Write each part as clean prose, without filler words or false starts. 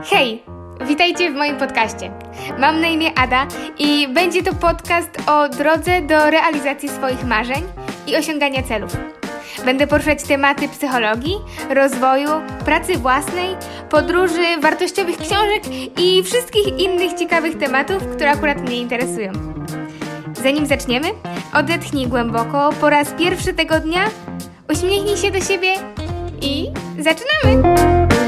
Hej! Witajcie w moim podcaście. Mam na imię Ada i będzie to podcast o drodze do realizacji swoich marzeń i osiągania celów. Będę poruszać tematy psychologii, rozwoju, pracy własnej, podróży, wartościowych książek i wszystkich innych ciekawych tematów, które akurat mnie interesują. Zanim zaczniemy, odetchnij głęboko po raz pierwszy tego dnia, uśmiechnij się do siebie i zaczynamy!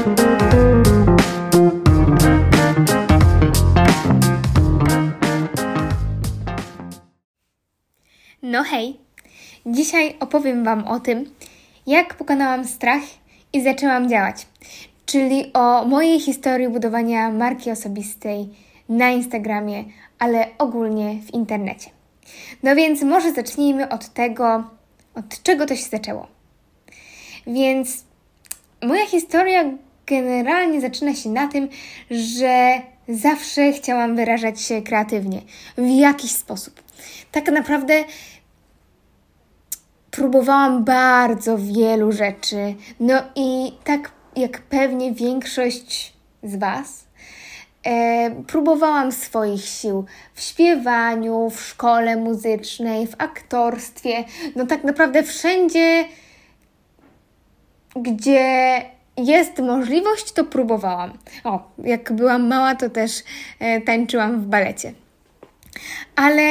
No hej! Dzisiaj opowiem Wam o tym, jak pokonałam strach i zaczęłam działać, czyli o mojej historii budowania marki osobistej na Instagramie, ale ogólnie w internecie. No więc może zacznijmy od tego, od czego to się zaczęło. Więc moja historia generalnie zaczyna się na tym, że zawsze chciałam wyrażać się kreatywnie, w jakiś sposób. Tak naprawdę próbowałam bardzo wielu rzeczy, no i tak jak pewnie większość z Was, próbowałam swoich sił w śpiewaniu, w szkole muzycznej, w aktorstwie, no tak naprawdę wszędzie, gdzie jest możliwość, to próbowałam. Jak byłam mała, to też tańczyłam w balecie. Ale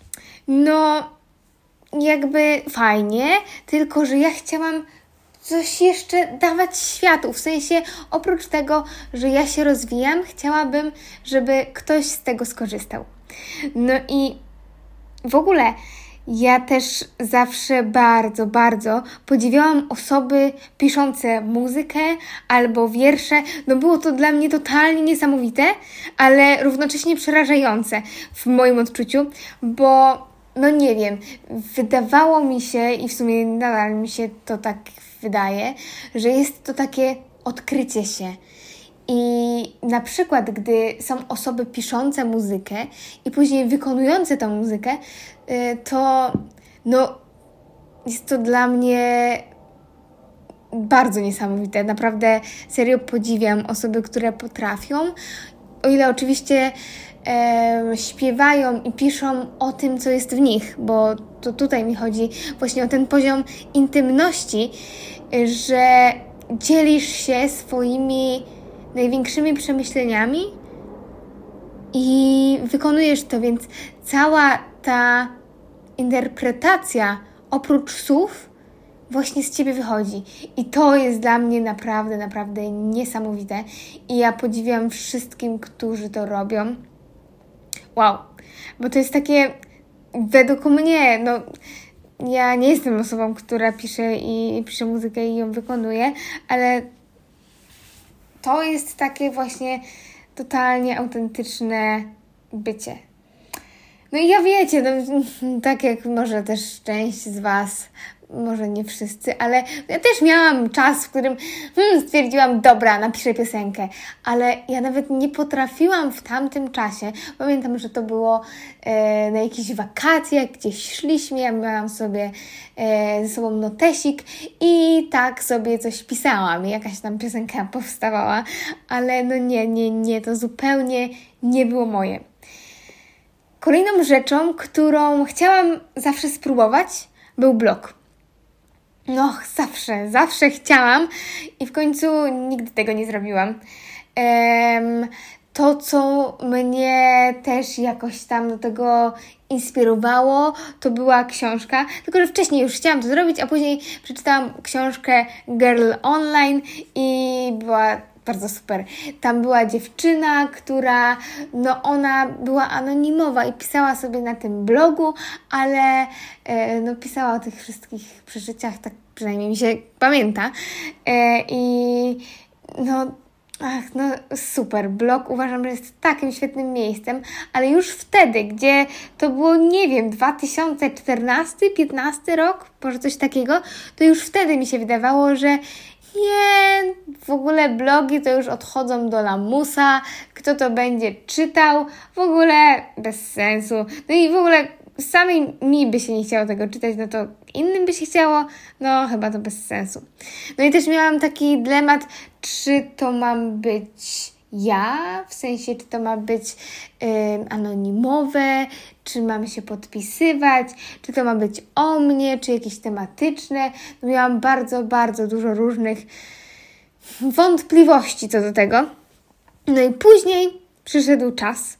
jakby fajnie, tylko że ja chciałam coś jeszcze dawać światu. W sensie, oprócz tego, że ja się rozwijam, chciałabym, żeby ktoś z tego skorzystał. No i w ogóle ja też zawsze bardzo, bardzo podziwiałam osoby piszące muzykę albo wiersze. No było to dla mnie totalnie niesamowite, ale równocześnie przerażające w moim odczuciu, bo nie wiem, wydawało mi się i w sumie nadal mi się to tak wydaje, że jest to takie odkrycie się. I na przykład, gdy są osoby piszące muzykę i później wykonujące tę muzykę, to jest to dla mnie bardzo niesamowite. Naprawdę serio podziwiam osoby, które potrafią, o ile oczywiście śpiewają i piszą o tym, co jest w nich, bo to tutaj mi chodzi właśnie o ten poziom intymności, że dzielisz się swoimi największymi przemyśleniami i wykonujesz to, więc cała ta interpretacja oprócz słów właśnie z Ciebie wychodzi. I to jest dla mnie naprawdę, naprawdę niesamowite. I ja podziwiam wszystkim, którzy to robią. Wow, bo to jest takie, według mnie, ja nie jestem osobą, która pisze muzykę i ją wykonuje, ale to jest takie właśnie totalnie autentyczne bycie. No i ja wiecie, tak jak może też część z Was, może nie wszyscy, ale ja też miałam czas, w którym stwierdziłam, dobra, napiszę piosenkę, ale ja nawet nie potrafiłam w tamtym czasie. Pamiętam, że to było na jakichś wakacjach, gdzieś szliśmy, ja miałam sobie ze sobą notesik i tak sobie coś pisałam. Jakaś tam piosenka powstawała, ale nie, to zupełnie nie było moje. Kolejną rzeczą, którą chciałam zawsze spróbować, był blog. Zawsze chciałam i w końcu nigdy tego nie zrobiłam. To, co mnie też jakoś tam do tego inspirowało, to była książka, tylko że wcześniej już chciałam to zrobić, a później przeczytałam książkę Girl Online i była bardzo super. Tam była dziewczyna, która, ona była anonimowa i pisała sobie na tym blogu, ale pisała o tych wszystkich przeżyciach, tak przynajmniej mi się pamięta. Super. Blog uważam, że jest takim świetnym miejscem, ale już wtedy, gdzie to było, 2014-15 rok, może coś takiego, to już wtedy mi się wydawało, że w ogóle blogi to już odchodzą do lamusa, kto to będzie czytał, w ogóle bez sensu. No i w ogóle samej mi by się nie chciało tego czytać, to innym by się chciało, chyba to bez sensu. No i też miałam taki dylemat, czy to mam być ja, w sensie czy to ma być anonimowe, czy mam się podpisywać, czy to ma być o mnie, czy jakieś tematyczne. No, miałam bardzo, bardzo dużo różnych wątpliwości co do tego. No i później przyszedł czas,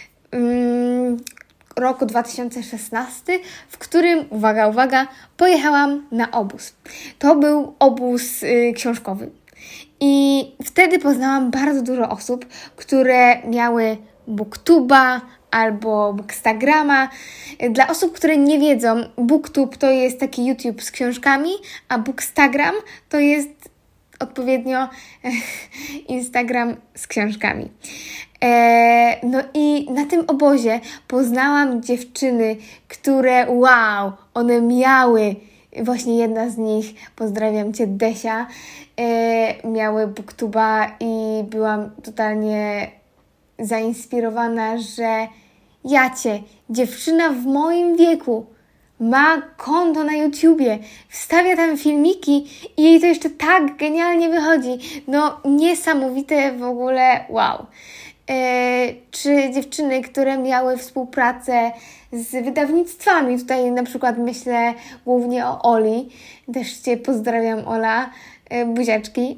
roku 2016, w którym, uwaga, pojechałam na obóz. To był obóz książkowy. I wtedy poznałam bardzo dużo osób, które miały Booktuba albo Bookstagrama. Dla osób, które nie wiedzą, Booktube to jest taki YouTube z książkami, a Bookstagram to jest odpowiednio Instagram z książkami. No i na tym obozie poznałam dziewczyny, które one miały, właśnie jedna z nich, pozdrawiam Cię Desia, miały Booktuba i byłam totalnie zainspirowana, że dziewczyna w moim wieku ma konto na YouTubie, wstawia tam filmiki i jej to jeszcze tak genialnie wychodzi. No niesamowite w ogóle, wow. Czy dziewczyny, które miały współpracę z wydawnictwami, tutaj na przykład myślę głównie o Oli, też Cię pozdrawiam, Ola, buziaczki.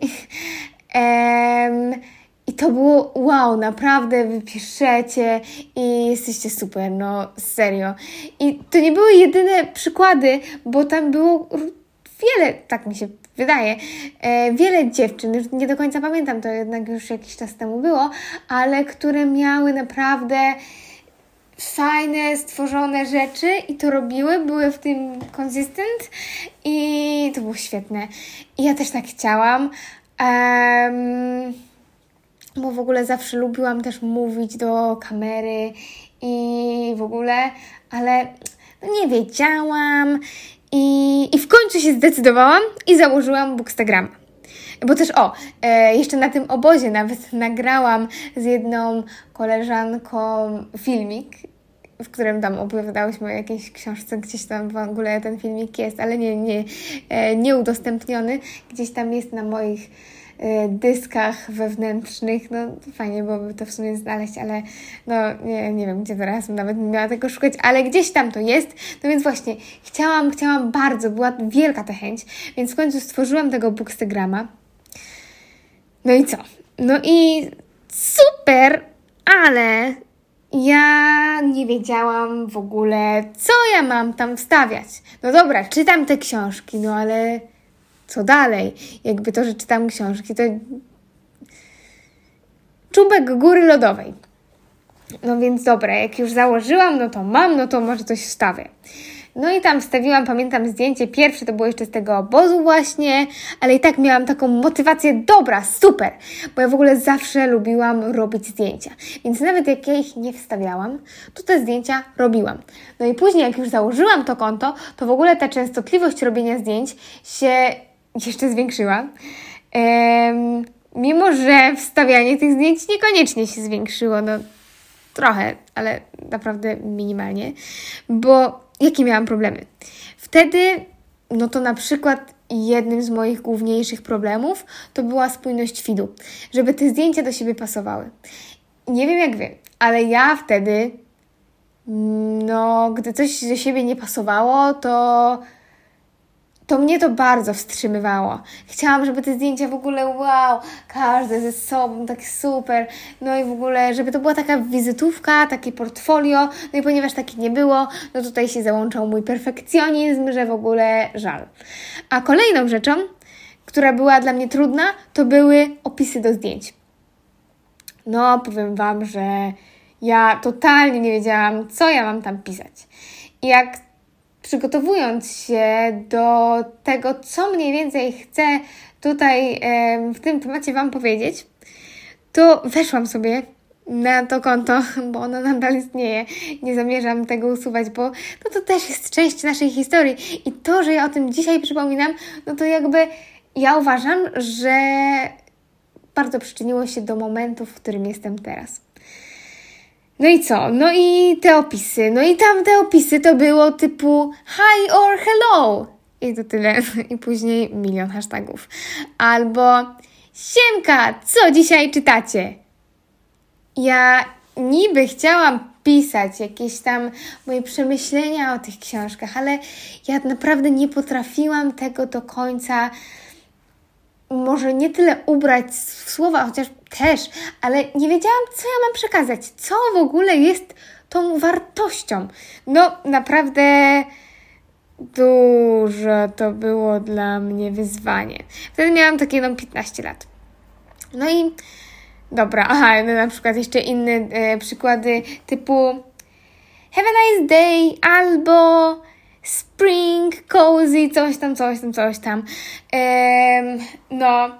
I to było naprawdę wy piszecie i jesteście super, no serio. I to nie były jedyne przykłady, bo tam było wiele, tak mi się wydaje, wiele dziewczyn, już nie do końca pamiętam, to jednak już jakiś czas temu było, ale które miały naprawdę fajne, stworzone rzeczy i to robiły, były w tym consistent i to było świetne. I ja też tak chciałam, bo w ogóle zawsze lubiłam też mówić do kamery i w ogóle, ale nie wiedziałam i w końcu się zdecydowałam i założyłam Bookstagrama. Bo też jeszcze na tym obozie nawet nagrałam z jedną koleżanką filmik, w którym tam opowiadałyśmy o jakiejś książce, gdzieś tam w ogóle ten filmik jest, ale nie udostępniony, gdzieś tam jest na moich dyskach wewnętrznych, no fajnie byłoby to w sumie znaleźć, ale no nie wiem gdzie teraz, nawet nie miała tego szukać, ale gdzieś tam to jest, no więc właśnie chciałam bardzo, była wielka ta chęć, więc w końcu stworzyłam tego Bookstagrama. No i co? No i super, ale ja nie wiedziałam w ogóle, co ja mam tam wstawiać. No dobra, czytam te książki, no ale co dalej? Jakby to, że czytam książki, to czubek góry lodowej. No więc dobra, jak już założyłam, no to mam, no to może coś wstawię. No i tam wstawiłam, pamiętam zdjęcie pierwsze, to było jeszcze z tego obozu właśnie, ale i tak miałam taką motywację, dobra, super, bo ja w ogóle zawsze lubiłam robić zdjęcia, więc nawet jak ja ich nie wstawiałam, to te zdjęcia robiłam. No i później jak już założyłam to konto, to w ogóle ta częstotliwość robienia zdjęć się jeszcze zwiększyła, mimo że wstawianie tych zdjęć niekoniecznie się zwiększyło, no trochę, ale naprawdę minimalnie, bo jakie miałam problemy? Wtedy, no to na przykład jednym z moich główniejszych problemów to była spójność feedu, żeby te zdjęcia do siebie pasowały. Nie wiem jak wy, ale ja wtedy, no gdy coś do siebie nie pasowało, to mnie to bardzo wstrzymywało. Chciałam, żeby te zdjęcia w ogóle, każde ze sobą, tak super. No i w ogóle, żeby to była taka wizytówka, takie portfolio. No i ponieważ takie nie było, no tutaj się załączał mój perfekcjonizm, że w ogóle żal. A kolejną rzeczą, która była dla mnie trudna, to były opisy do zdjęć. No, powiem Wam, że ja totalnie nie wiedziałam, co ja mam tam pisać. I jak przygotowując się do tego, co mniej więcej chcę tutaj w tym temacie Wam powiedzieć, to weszłam sobie na to konto, bo ono nadal istnieje. Nie zamierzam tego usuwać, bo no to też jest część naszej historii. I to, że ja o tym dzisiaj przypominam, no to jakby ja uważam, że bardzo przyczyniło się do momentu, w którym jestem teraz. No i co? No i te opisy. No i tam te opisy to było typu hi or hello. I to tyle. I później 1 000 000 hashtagów. Albo siemka, co dzisiaj czytacie? Ja niby chciałam pisać jakieś tam moje przemyślenia o tych książkach, ale ja naprawdę nie potrafiłam tego do końca, może nie tyle ubrać w słowa, chociaż też, ale nie wiedziałam, co ja mam przekazać, co w ogóle jest tą wartością. No, naprawdę dużo to było dla mnie wyzwanie. Wtedy miałam takie 15 lat. No i dobra, no na przykład jeszcze inne przykłady typu have a nice day albo spring, cozy, coś tam. No,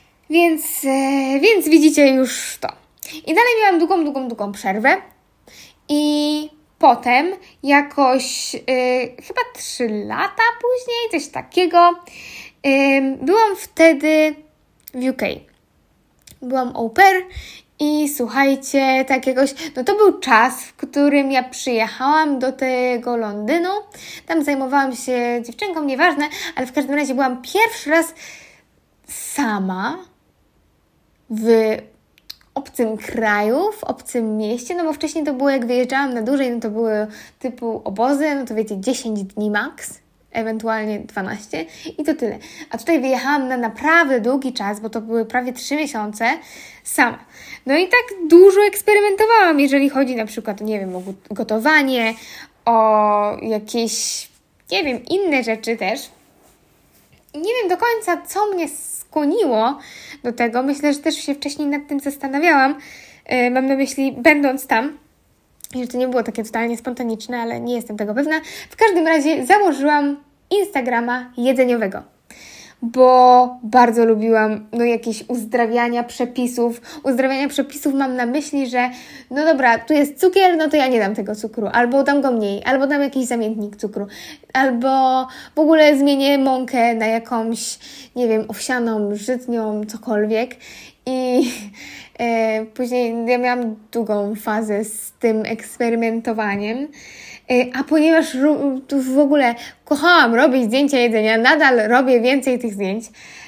więc widzicie już to. I dalej miałam długą przerwę i potem jakoś chyba 3 lata później, coś takiego, byłam wtedy w UK. Byłam au pair i słuchajcie, no to był czas, w którym ja przyjechałam do tego Londynu. Tam zajmowałam się dziewczynką, nieważne, ale w każdym razie byłam pierwszy raz sama w obcym kraju, w obcym mieście, no bo wcześniej to było, jak wyjeżdżałam na dłużej, no to były typu obozy, no to wiecie, 10 dni max, ewentualnie 12 i to tyle. A tutaj wyjechałam na naprawdę długi czas, bo to były prawie 3 miesiące sama. No i tak dużo eksperymentowałam, jeżeli chodzi na przykład, nie wiem, o gotowanie, o jakieś, nie wiem, inne rzeczy też. I nie wiem do końca, co mnie skłoniło do tego. Myślę, że też się wcześniej nad tym zastanawiałam. Mam na myśli, będąc tam, że to nie było takie totalnie spontaniczne, ale nie jestem tego pewna. W każdym razie założyłam Instagrama jedzeniowego, bo bardzo lubiłam jakieś uzdrawiania przepisów. Uzdrawiania przepisów mam na myśli, że no dobra, tu jest cukier, no to ja nie dam tego cukru, albo dam go mniej, albo dam jakiś zamiennik cukru, albo w ogóle zmienię mąkę na jakąś, nie wiem, owsianą, żytnią, cokolwiek. I później ja miałam długą fazę z tym eksperymentowaniem, a ponieważ tu w ogóle kochałam robić zdjęcia jedzenia, nadal robię więcej tych zdjęć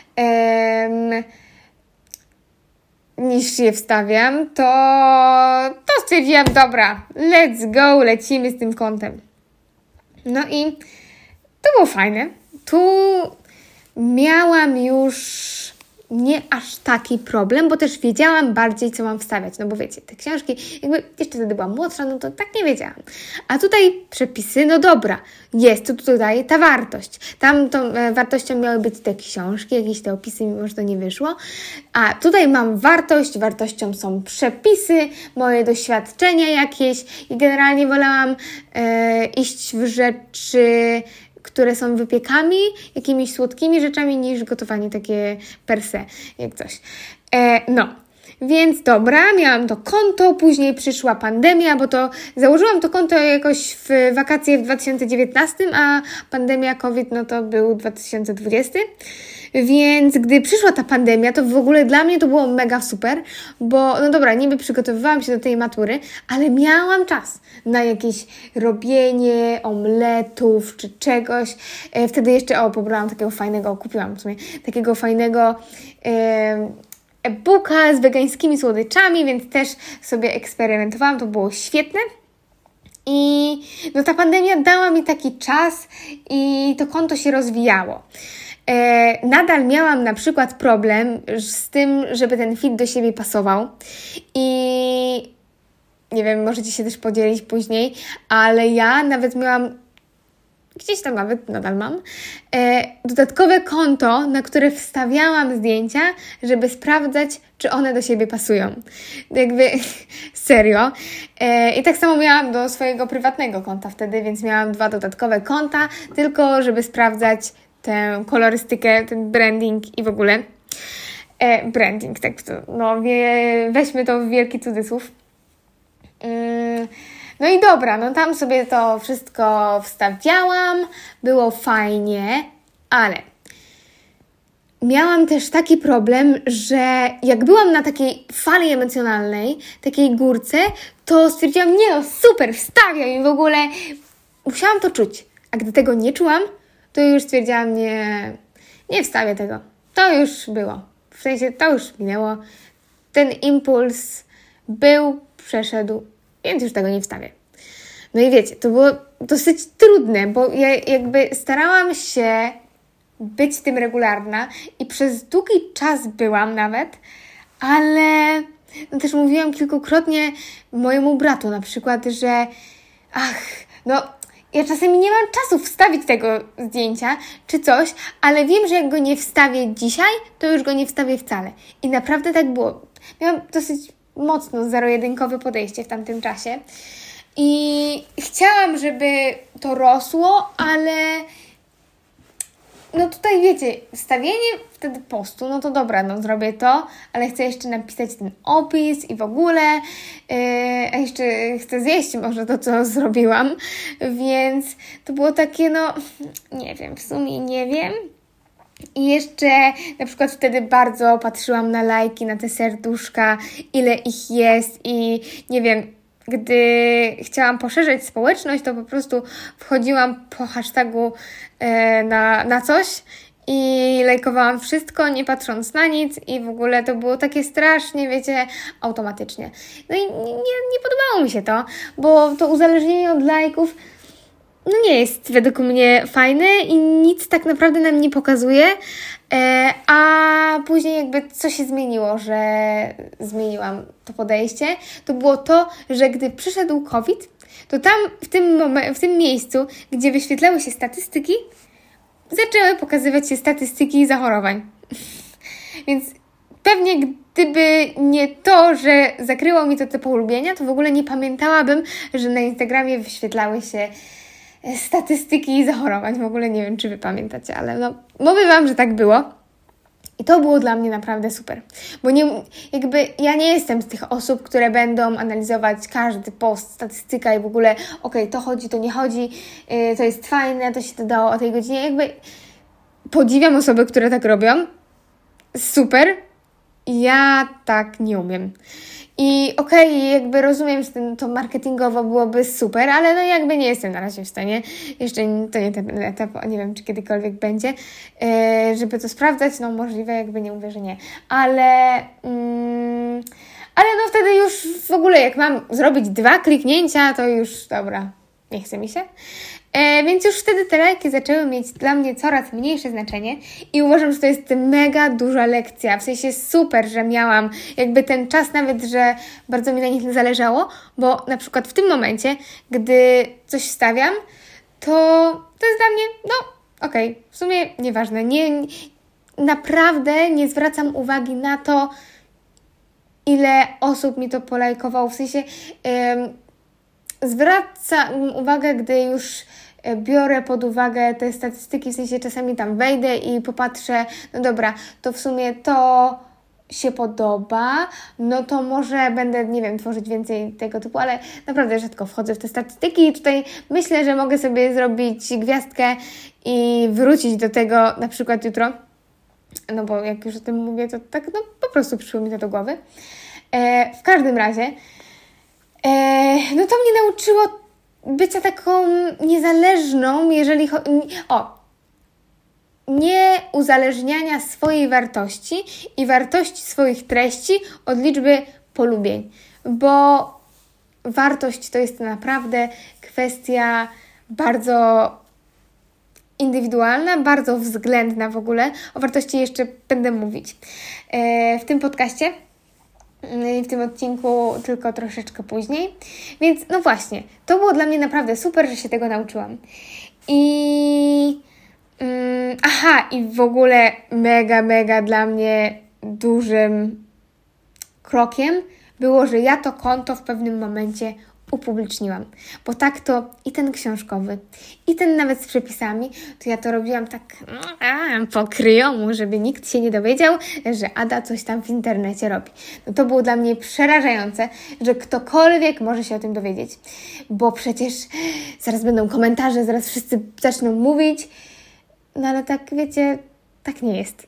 niż je wstawiam, to stwierdziłam, dobra, let's go, lecimy z tym kontem. No i to było fajne. Tu miałam już nie aż taki problem, bo też wiedziałam bardziej, co mam wstawiać. No bo wiecie, te książki, jakby jeszcze wtedy byłam młodsza, no to tak nie wiedziałam. A tutaj przepisy, no dobra, jest tu tutaj ta wartość. Tam tą wartością miały być te książki, jakieś te opisy, mimo że to nie wyszło. A tutaj mam wartością są przepisy, moje doświadczenia jakieś i generalnie wolałam iść w rzeczy, które są wypiekami, jakimiś słodkimi rzeczami, niż gotowanie takie per se, jak coś. No, więc dobra, miałam to konto, później przyszła pandemia, bo to założyłam to konto jakoś w wakacje w 2019, a pandemia COVID, no to był 2020. Więc gdy przyszła ta pandemia, to w ogóle dla mnie to było mega super, bo no dobra, niby przygotowywałam się do tej matury, ale miałam czas na jakieś robienie omletów czy czegoś. Wtedy jeszcze pobrałam takiego fajnego, kupiłam w sumie takiego fajnego e-booka z wegańskimi słodyczami, więc też sobie eksperymentowałam, to było świetne. I no ta pandemia dała mi taki czas i to konto się rozwijało. Nadal miałam na przykład problem z tym, żeby ten feed do siebie pasował i nie wiem, możecie się też podzielić później, ale ja nawet miałam, gdzieś tam nawet nadal mam, dodatkowe konto, na które wstawiałam zdjęcia, żeby sprawdzać, czy one do siebie pasują. Jakby serio. I tak samo miałam do swojego prywatnego konta wtedy, więc miałam 2 dodatkowe konta, tylko żeby sprawdzać tę kolorystykę, ten branding i w ogóle. Branding, tak to, no weźmy to w wielki cudzysłów. No i dobra, no tam sobie to wszystko wstawiałam, było fajnie, ale miałam też taki problem, że jak byłam na takiej fali emocjonalnej, takiej górce, to stwierdziłam, nie no, super, wstawiam i w ogóle musiałam to czuć. A gdy tego nie czułam, to już stwierdziłam, nie wstawię tego. To już było. W sensie, to już minęło. Ten impuls przeszedł, więc już tego nie wstawię. No i wiecie, to było dosyć trudne, bo ja jakby starałam się być z tym regularna i przez długi czas byłam nawet, ale też mówiłam kilkukrotnie mojemu bratu na przykład, że ja czasami nie mam czasu wstawić tego zdjęcia czy coś, ale wiem, że jak go nie wstawię dzisiaj, to już go nie wstawię wcale. I naprawdę tak było. Miałam dosyć mocno zero-jedynkowe podejście w tamtym czasie i chciałam, żeby to rosło, ale no tutaj wiecie, wstawienie wtedy postu, no to dobra, zrobię to, ale chcę jeszcze napisać ten opis i w ogóle, a jeszcze chcę zjeść może to, co zrobiłam, więc to było takie, nie wiem, w sumie nie wiem. I jeszcze na przykład wtedy bardzo patrzyłam na lajki, na te serduszka, ile ich jest i nie wiem, gdy chciałam poszerzyć społeczność, to po prostu wchodziłam po hashtagu na coś i lajkowałam wszystko, nie patrząc na nic i w ogóle to było takie strasznie, wiecie, automatycznie. No i nie podobało mi się to, bo to uzależnienie od lajków nie jest według mnie fajne i nic tak naprawdę nam nie pokazuje, a później jakby co się zmieniło, że zmieniłam to podejście, to było to, że gdy przyszedł COVID, to tam w tym miejscu, gdzie wyświetlały się statystyki, zaczęły pokazywać się statystyki zachorowań. Więc pewnie gdyby nie to, że zakryło mi to te polubienia, to w ogóle nie pamiętałabym, że na Instagramie wyświetlały się statystyki zachorowań. W ogóle nie wiem, czy wy pamiętacie, ale mówię wam, że tak było. I to było dla mnie naprawdę super. Bo ja nie jestem z tych osób, które będą analizować każdy post, statystyka i w ogóle to chodzi, to nie chodzi, to jest fajne, to się dodało o tej godzinie. Jakby podziwiam osoby, które tak robią. Super. Ja tak nie umiem. I jakby rozumiem, że to marketingowo byłoby super, ale jakby nie jestem na razie w stanie, jeszcze to nie ten etap, nie wiem, czy kiedykolwiek będzie, żeby to sprawdzać, możliwe, jakby nie mówię, że nie, ale wtedy już w ogóle jak mam zrobić 2 kliknięcia, to już dobra, nie chce mi się. Więc już wtedy te lajki zaczęły mieć dla mnie coraz mniejsze znaczenie i uważam, że to jest mega duża lekcja. W sensie super, że miałam jakby ten czas nawet, że bardzo mi na nich zależało, bo na przykład w tym momencie, gdy coś wstawiam, to jest dla mnie, w sumie nieważne. Naprawdę nie zwracam uwagi na to, ile osób mi to polajkowało. W sensie zwracam uwagę, gdy już biorę pod uwagę te statystyki, w sensie czasami tam wejdę i popatrzę, dobra, to w sumie to się podoba, to może będę, nie wiem, tworzyć więcej tego typu, ale naprawdę rzadko wchodzę w te statystyki i tutaj myślę, że mogę sobie zrobić gwiazdkę i wrócić do tego na przykład jutro, bo jak już o tym mówię, to tak, po prostu przyszło mi to do głowy. W każdym razie to mnie nauczyło bycia taką niezależną, jeżeli chodzi nie uzależniania swojej wartości i wartości swoich treści od liczby polubień, bo wartość to jest naprawdę kwestia bardzo indywidualna, bardzo względna w ogóle. O wartości jeszcze będę mówić w tym podcaście. W tym odcinku tylko troszeczkę później. Więc właśnie, to było dla mnie naprawdę super, że się tego nauczyłam. I w ogóle mega dla mnie dużym krokiem było, że ja to konto w pewnym momencie upubliczniłam. Bo tak to i ten książkowy, i ten nawet z przepisami, to ja to robiłam tak po kryjomu, żeby nikt się nie dowiedział, że Ada coś tam w internecie robi. To było dla mnie przerażające, że ktokolwiek może się o tym dowiedzieć. Bo przecież zaraz będą komentarze, zaraz wszyscy zaczną mówić. Ale tak, wiecie, tak nie jest.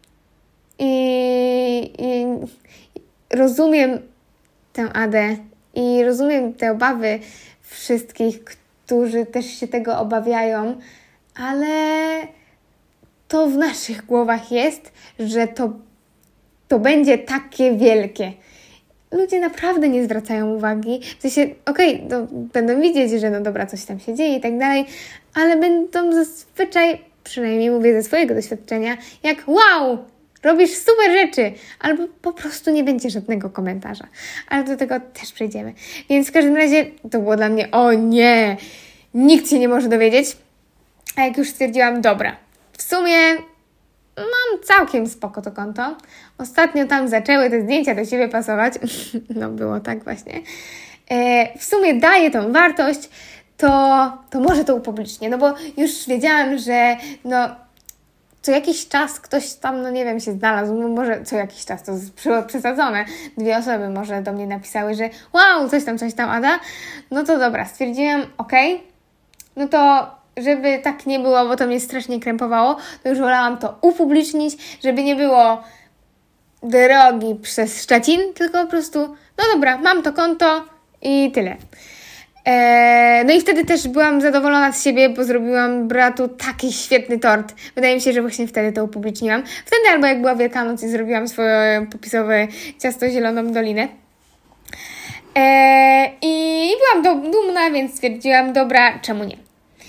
I rozumiem tę Adę i rozumiem te obawy wszystkich, którzy też się tego obawiają, ale to w naszych głowach jest, że to będzie takie wielkie. ludzie naprawdę nie zwracają uwagi. W sensie, okej, będą widzieć, że no dobra, coś tam się dzieje i tak dalej, ale będą zazwyczaj, przynajmniej mówię ze swojego doświadczenia, jak wow, robisz super rzeczy, albo po prostu nie będzie żadnego komentarza. Ale do tego też przejdziemy. Więc w każdym razie to było dla mnie, o nie, nikt się nie może dowiedzieć. A jak już stwierdziłam, dobra, w sumie mam całkiem spoko to konto. Ostatnio tam zaczęły te zdjęcia do siebie pasować. No było tak właśnie. W sumie daje tą wartość, to może to upublicznię. No bo już wiedziałam, że no co jakiś czas ktoś tam, no nie wiem, się znalazł. No może co jakiś czas, to przesadzone. 2 osoby może do mnie napisały, że wow, coś tam Ada. No to dobra, stwierdziłam, okej. No to żeby tak nie było, bo to mnie strasznie krępowało, to już wolałam to upublicznić, żeby nie było drogi przez Szczecin, tylko po prostu, no dobra, mam to konto i tyle. No i wtedy też byłam zadowolona z siebie, bo zrobiłam bratu taki świetny tort. Wydaje mi się, że właśnie wtedy to upubliczniłam. Wtedy albo jak była Wielkanoc i zrobiłam swoje popisowe ciasto Zieloną Dolinę. I byłam dumna, więc stwierdziłam, dobra, czemu nie?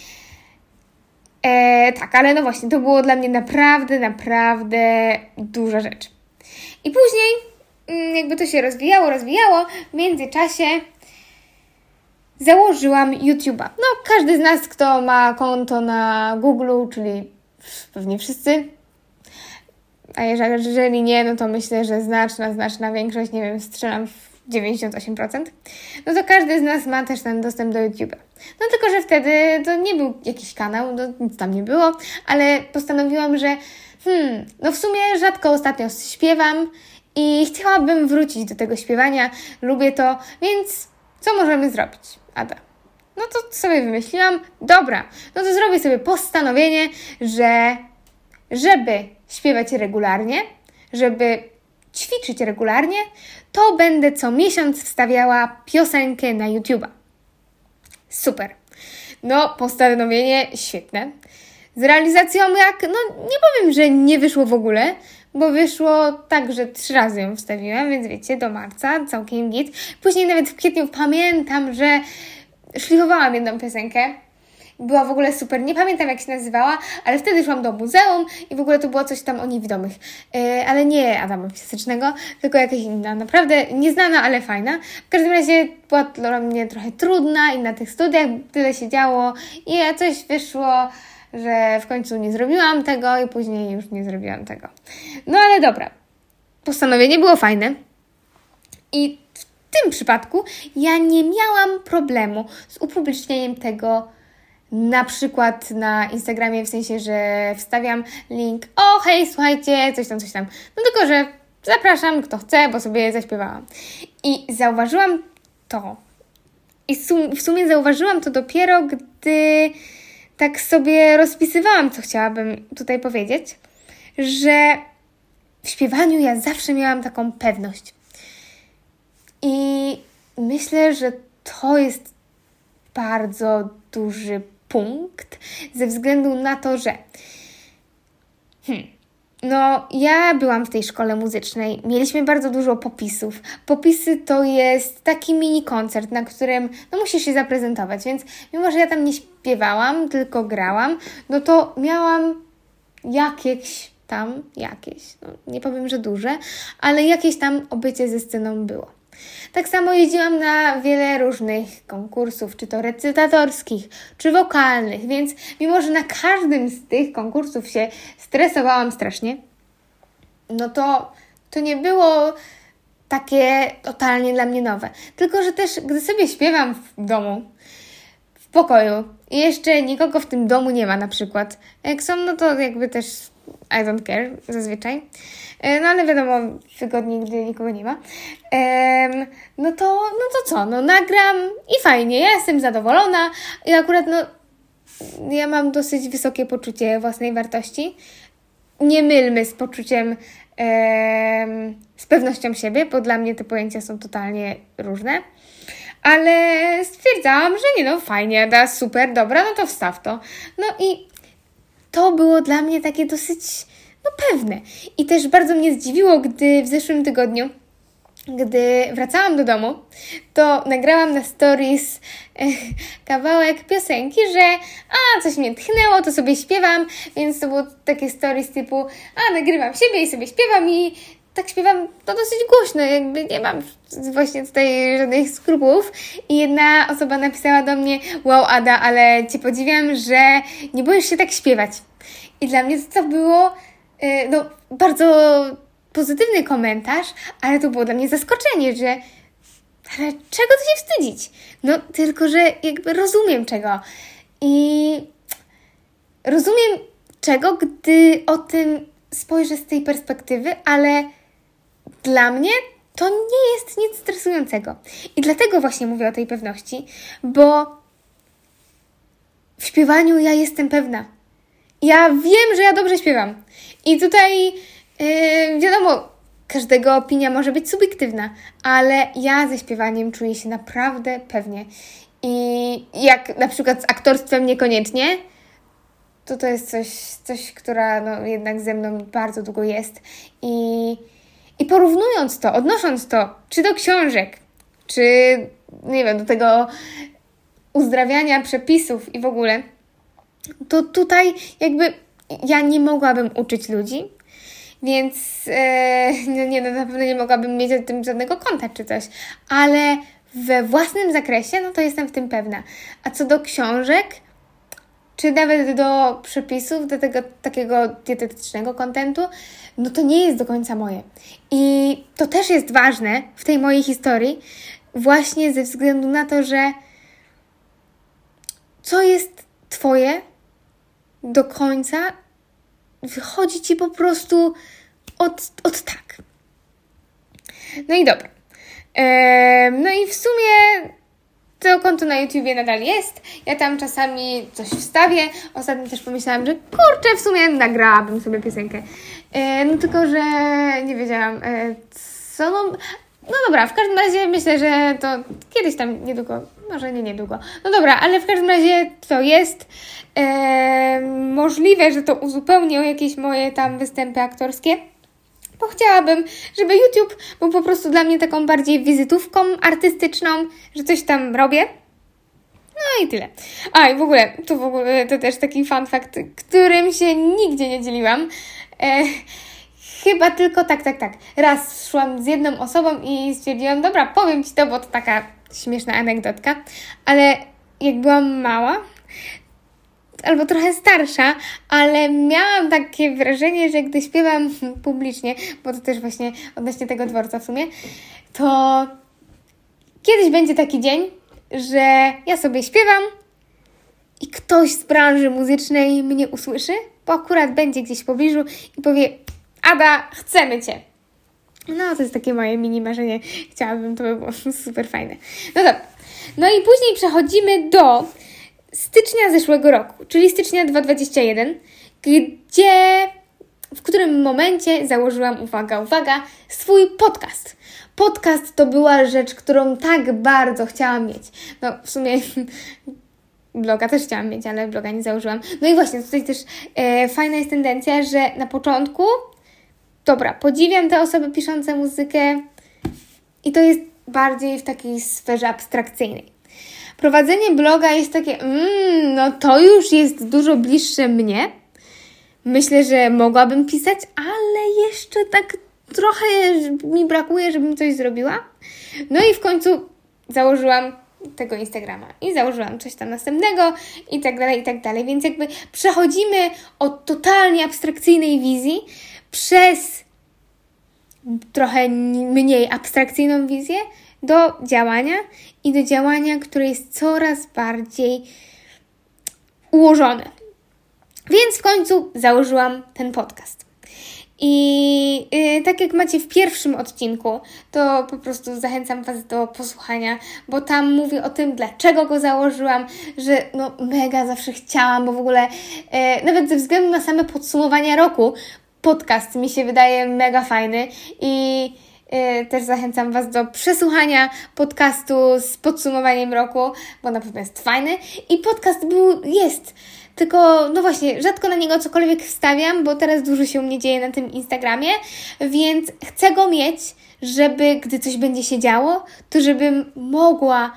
Tak, ale no właśnie, to było dla mnie naprawdę duża rzecz. I później, jakby to się rozwijało, w międzyczasie założyłam YouTube'a. No, każdy z nas, kto ma konto na Google, czyli pewnie wszyscy, a jeżeli nie, no to myślę, że znaczna większość, nie wiem, strzelam w 98%, no to każdy z nas ma też ten dostęp do YouTube'a. No tylko, że wtedy to nie był jakiś kanał, no nic tam nie było, ale postanowiłam, że no w sumie rzadko ostatnio śpiewam i chciałabym wrócić do tego śpiewania, lubię to, więc co możemy zrobić, Ada? No to sobie wymyśliłam, dobra, no to zrobię sobie postanowienie, że żeby śpiewać regularnie, żeby ćwiczyć regularnie, to będę co miesiąc wstawiała piosenkę na YouTube'a. Super. No, postanowienie świetne. Z realizacją no nie powiem, że nie wyszło w ogóle, bo wyszło tak, że 3 razy ją wstawiłam, więc wiecie, do marca, całkiem git. Później nawet w kwietniu pamiętam, że szlifowałam jedną piosenkę. Była w ogóle super, nie pamiętam jak się nazywała, ale wtedy szłam do muzeum i w ogóle to było coś tam o niewidomych. Ale nie Adama Piasecznego, tylko jakaś inna, naprawdę nieznana, ale fajna. W każdym razie była dla mnie trochę trudna i na tych studiach tyle się działo i coś wyszło, że w końcu nie zrobiłam tego i później już nie zrobiłam tego. No ale dobra, postanowienie było fajne i w tym przypadku ja nie miałam problemu z upublicznieniem tego na przykład na Instagramie, w sensie, że wstawiam link, o hej, słuchajcie, coś tam. No tylko, że zapraszam, kto chce, bo sobie zaśpiewałam. I zauważyłam to. I w sumie zauważyłam to dopiero, gdy tak sobie rozpisywałam, co chciałabym tutaj powiedzieć, że w śpiewaniu ja zawsze miałam taką pewność. I myślę, że to jest bardzo duży punkt, ze względu na to, że no, ja byłam w tej szkole muzycznej, mieliśmy bardzo dużo popisów. Popisy to jest taki mini koncert, na którym no, musisz się zaprezentować, więc mimo, że ja tam nie śpiewałam, tylko grałam, no to miałam jakieś, no, nie powiem, że duże, ale jakieś tam obycie ze sceną było. Tak samo jeździłam na wiele różnych konkursów, czy to recytatorskich, czy wokalnych, więc mimo, że na każdym z tych konkursów się stresowałam strasznie, no to nie było takie totalnie dla mnie nowe. Tylko, że też gdy sobie śpiewam w domu, w pokoju i jeszcze nikogo w tym domu nie ma na przykład, jak są, no to jakby też I don't care zazwyczaj. No ale wiadomo, wygodniej, gdy nikogo nie ma. No to co? No nagram i fajnie, ja jestem zadowolona i akurat ja mam dosyć wysokie poczucie własnej wartości. Nie mylmy z poczuciem, z pewnością siebie, bo dla mnie te pojęcia są totalnie różne. Ale stwierdzałam, że fajnie, da, super, dobra, no to wstaw to. No i to było dla mnie takie dosyć pewne. I też bardzo mnie zdziwiło, gdy w zeszłym tygodniu gdy wracałam do domu, to nagrałam na stories kawałek piosenki, że coś mnie tchnęło, to sobie śpiewam, więc to było takie stories typu nagrywam siebie i sobie śpiewam i tak śpiewam to dosyć głośno, jakby nie mam właśnie tutaj żadnych skrupułów. I jedna osoba napisała do mnie: wow Ada, ale Cię podziwiam, że nie boisz się tak śpiewać. I dla mnie to było bardzo pozytywny komentarz, ale to było dla mnie zaskoczenie, że ale czego tu się wstydzić? No tylko, że jakby rozumiem czego. I rozumiem czego, gdy o tym spojrzę z tej perspektywy, ale dla mnie to nie jest nic stresującego. I dlatego właśnie mówię o tej pewności, bo w śpiewaniu ja jestem pewna. Ja wiem, że ja dobrze śpiewam. I tutaj wiadomo, każdego opinia może być subiektywna, ale ja ze śpiewaniem czuję się naprawdę pewnie. I jak na przykład z aktorstwem niekoniecznie, to jest coś, która jednak ze mną bardzo długo jest. I porównując to, odnosząc to, czy do książek, czy nie wiem, do tego uzdrawiania przepisów i w ogóle, to tutaj jakby ja nie mogłabym uczyć ludzi, więc na pewno nie mogłabym mieć o tym żadnego konta czy coś, ale we własnym zakresie, to jestem w tym pewna. A co do książek, czy nawet do przepisów, do tego takiego dietetycznego kontentu, to nie jest do końca moje. I to też jest ważne w tej mojej historii, właśnie ze względu na to, że co jest Twoje do końca wychodzi Ci po prostu od tak. No i dobra. No i w sumie to konto na YouTubie nadal jest. Ja tam czasami coś wstawię. Ostatnio też pomyślałam, że kurczę, w sumie nagrałabym sobie piosenkę. Tylko, że nie wiedziałam co. No dobra, w każdym razie myślę, że to kiedyś tam niedługo, może nie niedługo. No dobra, ale w każdym razie to jest. Możliwe, że to uzupełnię o jakieś moje tam występy aktorskie. Bo chciałabym, żeby YouTube był po prostu dla mnie taką bardziej wizytówką artystyczną, że coś tam robię. No i tyle. I w ogóle to też taki fun fact, którym się nigdzie nie dzieliłam. Chyba tylko tak. Raz szłam z jedną osobą i stwierdziłam, dobra, powiem Ci to, bo to taka śmieszna anegdotka, ale jak byłam mała, albo trochę starsza, ale miałam takie wrażenie, że gdy śpiewam publicznie, bo to też właśnie odnośnie tego dworca w sumie, to kiedyś będzie taki dzień, że ja sobie śpiewam i ktoś z branży muzycznej mnie usłyszy, bo akurat będzie gdzieś w pobliżu i powie: Ada, chcemy Cię. No, to jest takie moje mini marzenie. Chciałabym, to by było super fajne. No dobra. No i później przechodzimy do stycznia zeszłego roku, czyli stycznia 2021, w którym momencie założyłam, uwaga, swój podcast. Podcast to była rzecz, którą tak bardzo chciałam mieć. No w sumie bloga też chciałam mieć, ale bloga nie założyłam. No i właśnie tutaj też fajna jest tendencja, że na początku podziwiam te osoby piszące muzykę i to jest bardziej w takiej sferze abstrakcyjnej. Prowadzenie bloga jest takie, to już jest dużo bliższe mnie. Myślę, że mogłabym pisać, ale jeszcze tak trochę mi brakuje, żebym coś zrobiła. No i w końcu założyłam tego Instagrama i założyłam coś tam następnego i tak dalej. Więc jakby przechodzimy od totalnie abstrakcyjnej wizji przez trochę mniej abstrakcyjną wizję do działania, które jest coraz bardziej ułożone. Więc w końcu założyłam ten podcast. I tak jak macie w pierwszym odcinku, to po prostu zachęcam Was do posłuchania, bo tam mówię o tym, dlaczego go założyłam, że mega zawsze chciałam, bo w ogóle nawet ze względu na same podsumowania roku podcast mi się wydaje mega fajny i też zachęcam Was do przesłuchania podcastu z podsumowaniem roku, bo na pewno jest fajny i podcast jest. Tylko, właśnie, rzadko na niego cokolwiek wstawiam, bo teraz dużo się u mnie dzieje na tym Instagramie, więc chcę go mieć, żeby gdy coś będzie się działo, to żebym mogła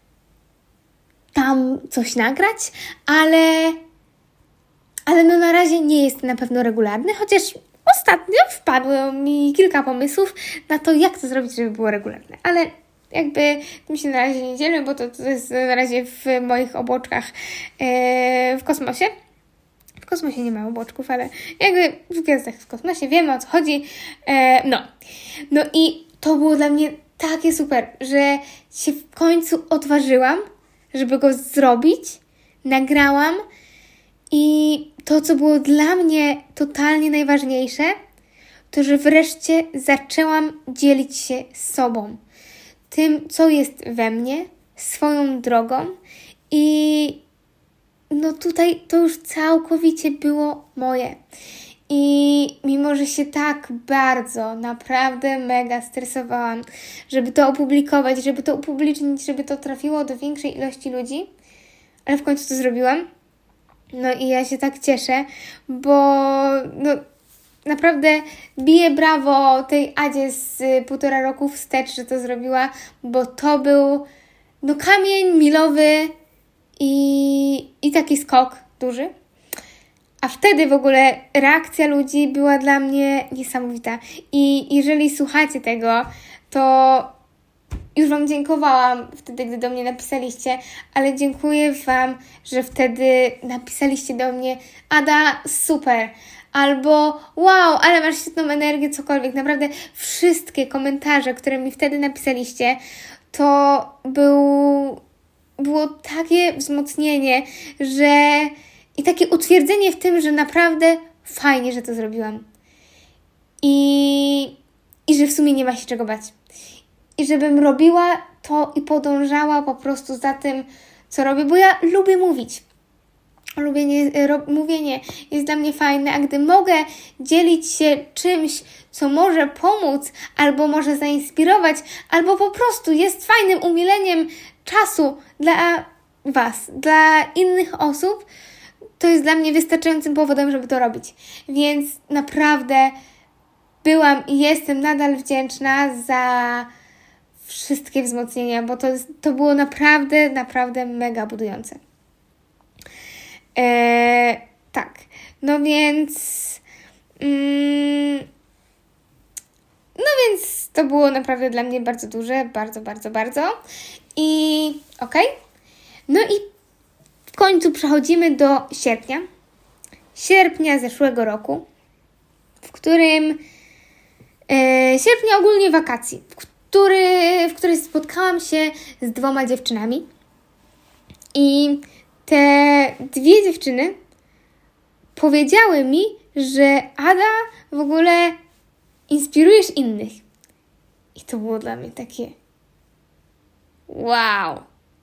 tam coś nagrać, ale no na razie nie jest na pewno regularny, chociaż ostatnio wpadło mi kilka pomysłów na to, jak to zrobić, żeby było regularne, ale jakby tym się na razie nie dzielę, bo to jest na razie w moich obłoczkach w kosmosie. W kosmosie nie ma obłoczków, ale jakby w gwiazdach w kosmosie wiemy, o co chodzi. No i to było dla mnie takie super, że się w końcu odważyłam, żeby go zrobić, nagrałam i to, co było dla mnie totalnie najważniejsze, to, że wreszcie zaczęłam dzielić się sobą, tym, co jest we mnie, swoją drogą i no tutaj to już całkowicie było moje. I mimo, że się tak bardzo, naprawdę mega stresowałam, żeby to opublikować, żeby to upublicznić, żeby to trafiło do większej ilości ludzi, ale w końcu to zrobiłam. No i ja się tak cieszę, bo no naprawdę biję brawo tej Adzie z 1,5 roku wstecz, że to zrobiła, bo to był no kamień milowy i taki skok duży. A wtedy w ogóle reakcja ludzi była dla mnie niesamowita. I jeżeli słuchacie tego, to już Wam dziękowałam wtedy, gdy do mnie napisaliście, ale dziękuję Wam, że wtedy napisaliście do mnie: Ada, super, albo wow, ale masz świetną energię, cokolwiek. Naprawdę wszystkie komentarze, które mi wtedy napisaliście, to było takie wzmocnienie, i takie utwierdzenie w tym, że naprawdę fajnie, że to zrobiłam. I że w sumie nie ma się czego bać. I żebym robiła to i podążała po prostu za tym, co robię, bo ja lubię mówić. Mówienie jest dla mnie fajne, a gdy mogę dzielić się czymś, co może pomóc, albo może zainspirować, albo po prostu jest fajnym umileniem czasu dla Was, dla innych osób, to jest dla mnie wystarczającym powodem, żeby to robić. Więc naprawdę byłam i jestem nadal wdzięczna za wszystkie wzmocnienia, bo to było naprawdę, naprawdę mega budujące. Tak. No więc to było naprawdę dla mnie bardzo duże, bardzo, bardzo, bardzo. I okej. No i w końcu przechodzimy do sierpnia zeszłego roku, w którym sierpnia ogólnie wakacji, w której spotkałam się z 2 dziewczynami i te 2 dziewczyny powiedziały mi, że Ada, w ogóle inspirujesz innych. I to było dla mnie takie wow.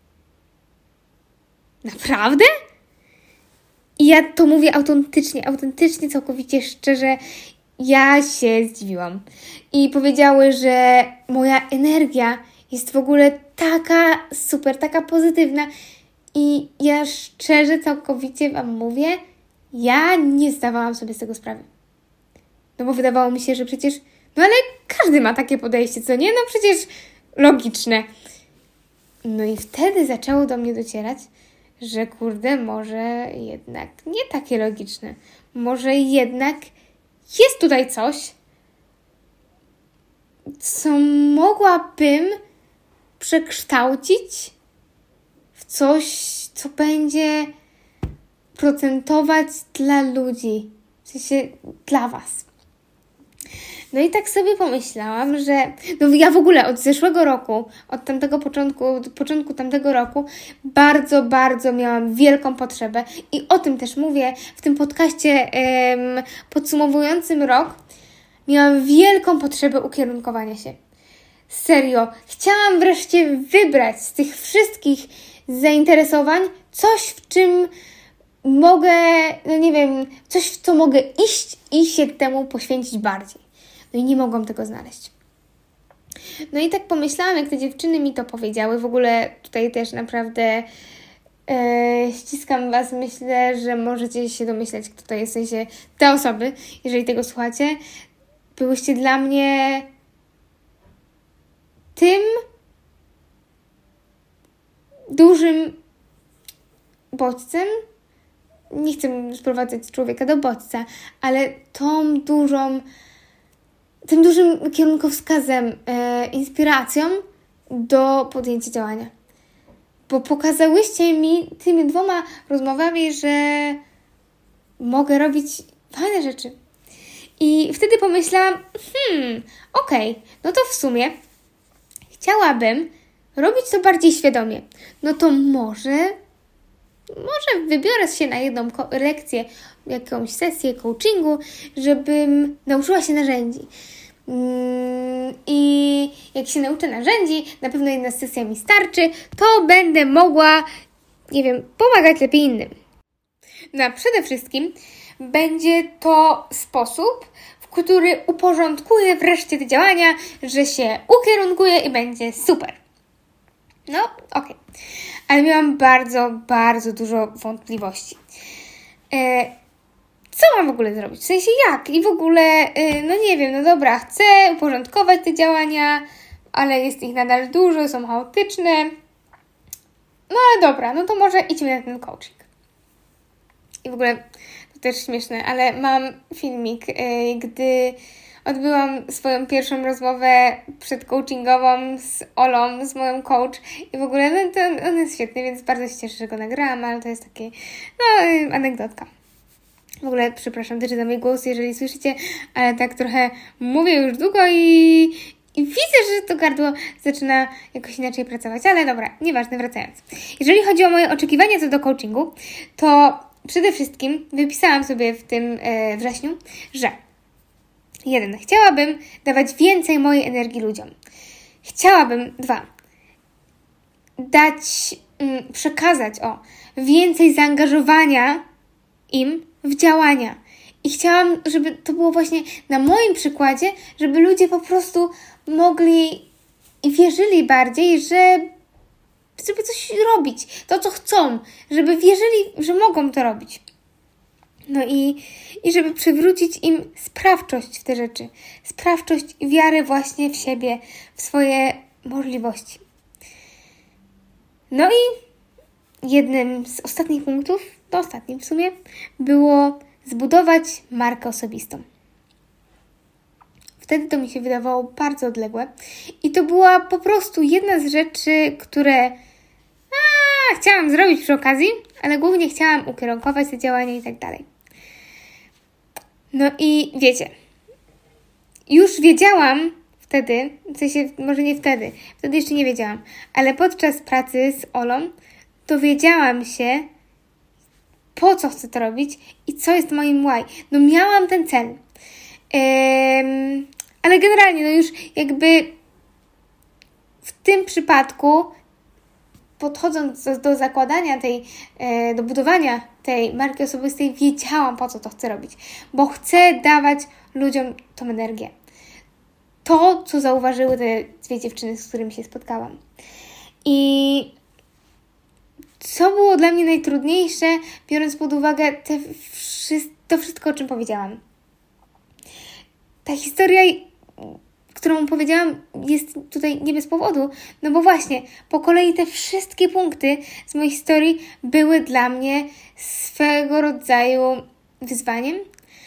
Naprawdę? I ja to mówię autentycznie, całkowicie szczerze. Ja się zdziwiłam. I powiedziały, że moja energia jest w ogóle taka super, taka pozytywna. I ja szczerze, całkowicie Wam mówię, ja nie zdawałam sobie z tego sprawy. No bo wydawało mi się, że przecież, no ale każdy ma takie podejście, co nie? No przecież logiczne. No i wtedy zaczęło do mnie docierać, że kurde, może jednak nie takie logiczne. Może jednak jest tutaj coś, co mogłabym przekształcić w coś, co będzie procentować dla ludzi, w sensie dla Was. No i tak sobie pomyślałam, że no ja w ogóle od zeszłego roku, od tamtego początku tamtego roku bardzo, bardzo miałam wielką potrzebę i o tym też mówię w tym podcaście podsumowującym rok. Miałam wielką potrzebę ukierunkowania się. Serio, chciałam wreszcie wybrać z tych wszystkich zainteresowań coś, w czym mogę, no nie wiem, coś, w co mogę iść i się temu poświęcić bardziej. No i nie mogłam tego znaleźć. No i tak pomyślałam, jak te dziewczyny mi to powiedziały. W ogóle tutaj też naprawdę ściskam Was. Myślę, że możecie się domyśleć, kto to jest, w sensie te osoby, jeżeli tego słuchacie. Byłyście dla mnie tym dużym bodźcem, nie chcę sprowadzać człowieka do bodźca, ale tym dużym kierunkowskazem, inspiracją do podjęcia działania. Bo pokazałyście mi tymi 2 rozmowami, że mogę robić fajne rzeczy. I wtedy pomyślałam, okej, no to w sumie chciałabym robić to bardziej świadomie. No to może wybiorę się na jedną lekcję, jakąś sesję coachingu, żebym nauczyła się narzędzi. I jak się nauczę narzędzi, na pewno jedna sesja mi starczy, to będę mogła, pomagać lepiej innym. No a przede wszystkim będzie to sposób, w który uporządkuję wreszcie te działania, że się ukierunkuję i będzie super. No, okej. Ale miałam bardzo, bardzo dużo wątpliwości. Co mam w ogóle zrobić? W sensie jak? I w ogóle, dobra, chcę uporządkować te działania, ale jest ich nadal dużo, są chaotyczne. No ale dobra, no to może idźmy na ten coaching. I w ogóle, to też śmieszne, ale mam filmik, gdy odbyłam swoją pierwszą rozmowę przedcoachingową z Olą, z moją coach i w ogóle, on jest świetny, więc bardzo się cieszę, że go nagrałam, ale to jest takie, anegdotka. W ogóle, przepraszam też za mój głos, jeżeli słyszycie, ale tak trochę mówię już długo i widzę, że to gardło zaczyna jakoś inaczej pracować, ale dobra, nieważne, wracając. Jeżeli chodzi o moje oczekiwania co do coachingu, to przede wszystkim wypisałam sobie w tym wrześniu, że 1. Chciałabym dawać więcej mojej energii ludziom. Chciałabym 2. Przekazać więcej zaangażowania im w działania. I chciałam, żeby to było właśnie na moim przykładzie, żeby ludzie po prostu mogli i wierzyli bardziej, żeby coś robić, to co chcą, żeby wierzyli, że mogą to robić. No i żeby przywrócić im sprawczość w te rzeczy. Sprawczość i wiarę właśnie w siebie, w swoje możliwości. No i jednym z ostatnich punktów, to ostatnim w sumie, było zbudować markę osobistą. Wtedy to mi się wydawało bardzo odległe i to była po prostu jedna z rzeczy, które chciałam zrobić przy okazji, ale głównie chciałam ukierunkować te działania i tak dalej. No i wiecie, już wiedziałam wtedy, w sensie może nie wtedy jeszcze nie wiedziałam, ale podczas pracy z Olą dowiedziałam się, po co chcę to robić i co jest moim why. No miałam ten cel. Ale generalnie, już jakby w tym przypadku podchodząc do zakładania do budowania tej marki osobistej, wiedziałam, po co to chcę robić. Bo chcę dawać ludziom tą energię. To, co zauważyły te 2 dziewczyny, z którymi się spotkałam. I co było dla mnie najtrudniejsze, biorąc pod uwagę to wszystko, o czym powiedziałam. Ta historia, którą powiedziałam, jest tutaj nie bez powodu, no bo właśnie, po kolei te wszystkie punkty z mojej historii były dla mnie swego rodzaju wyzwaniem.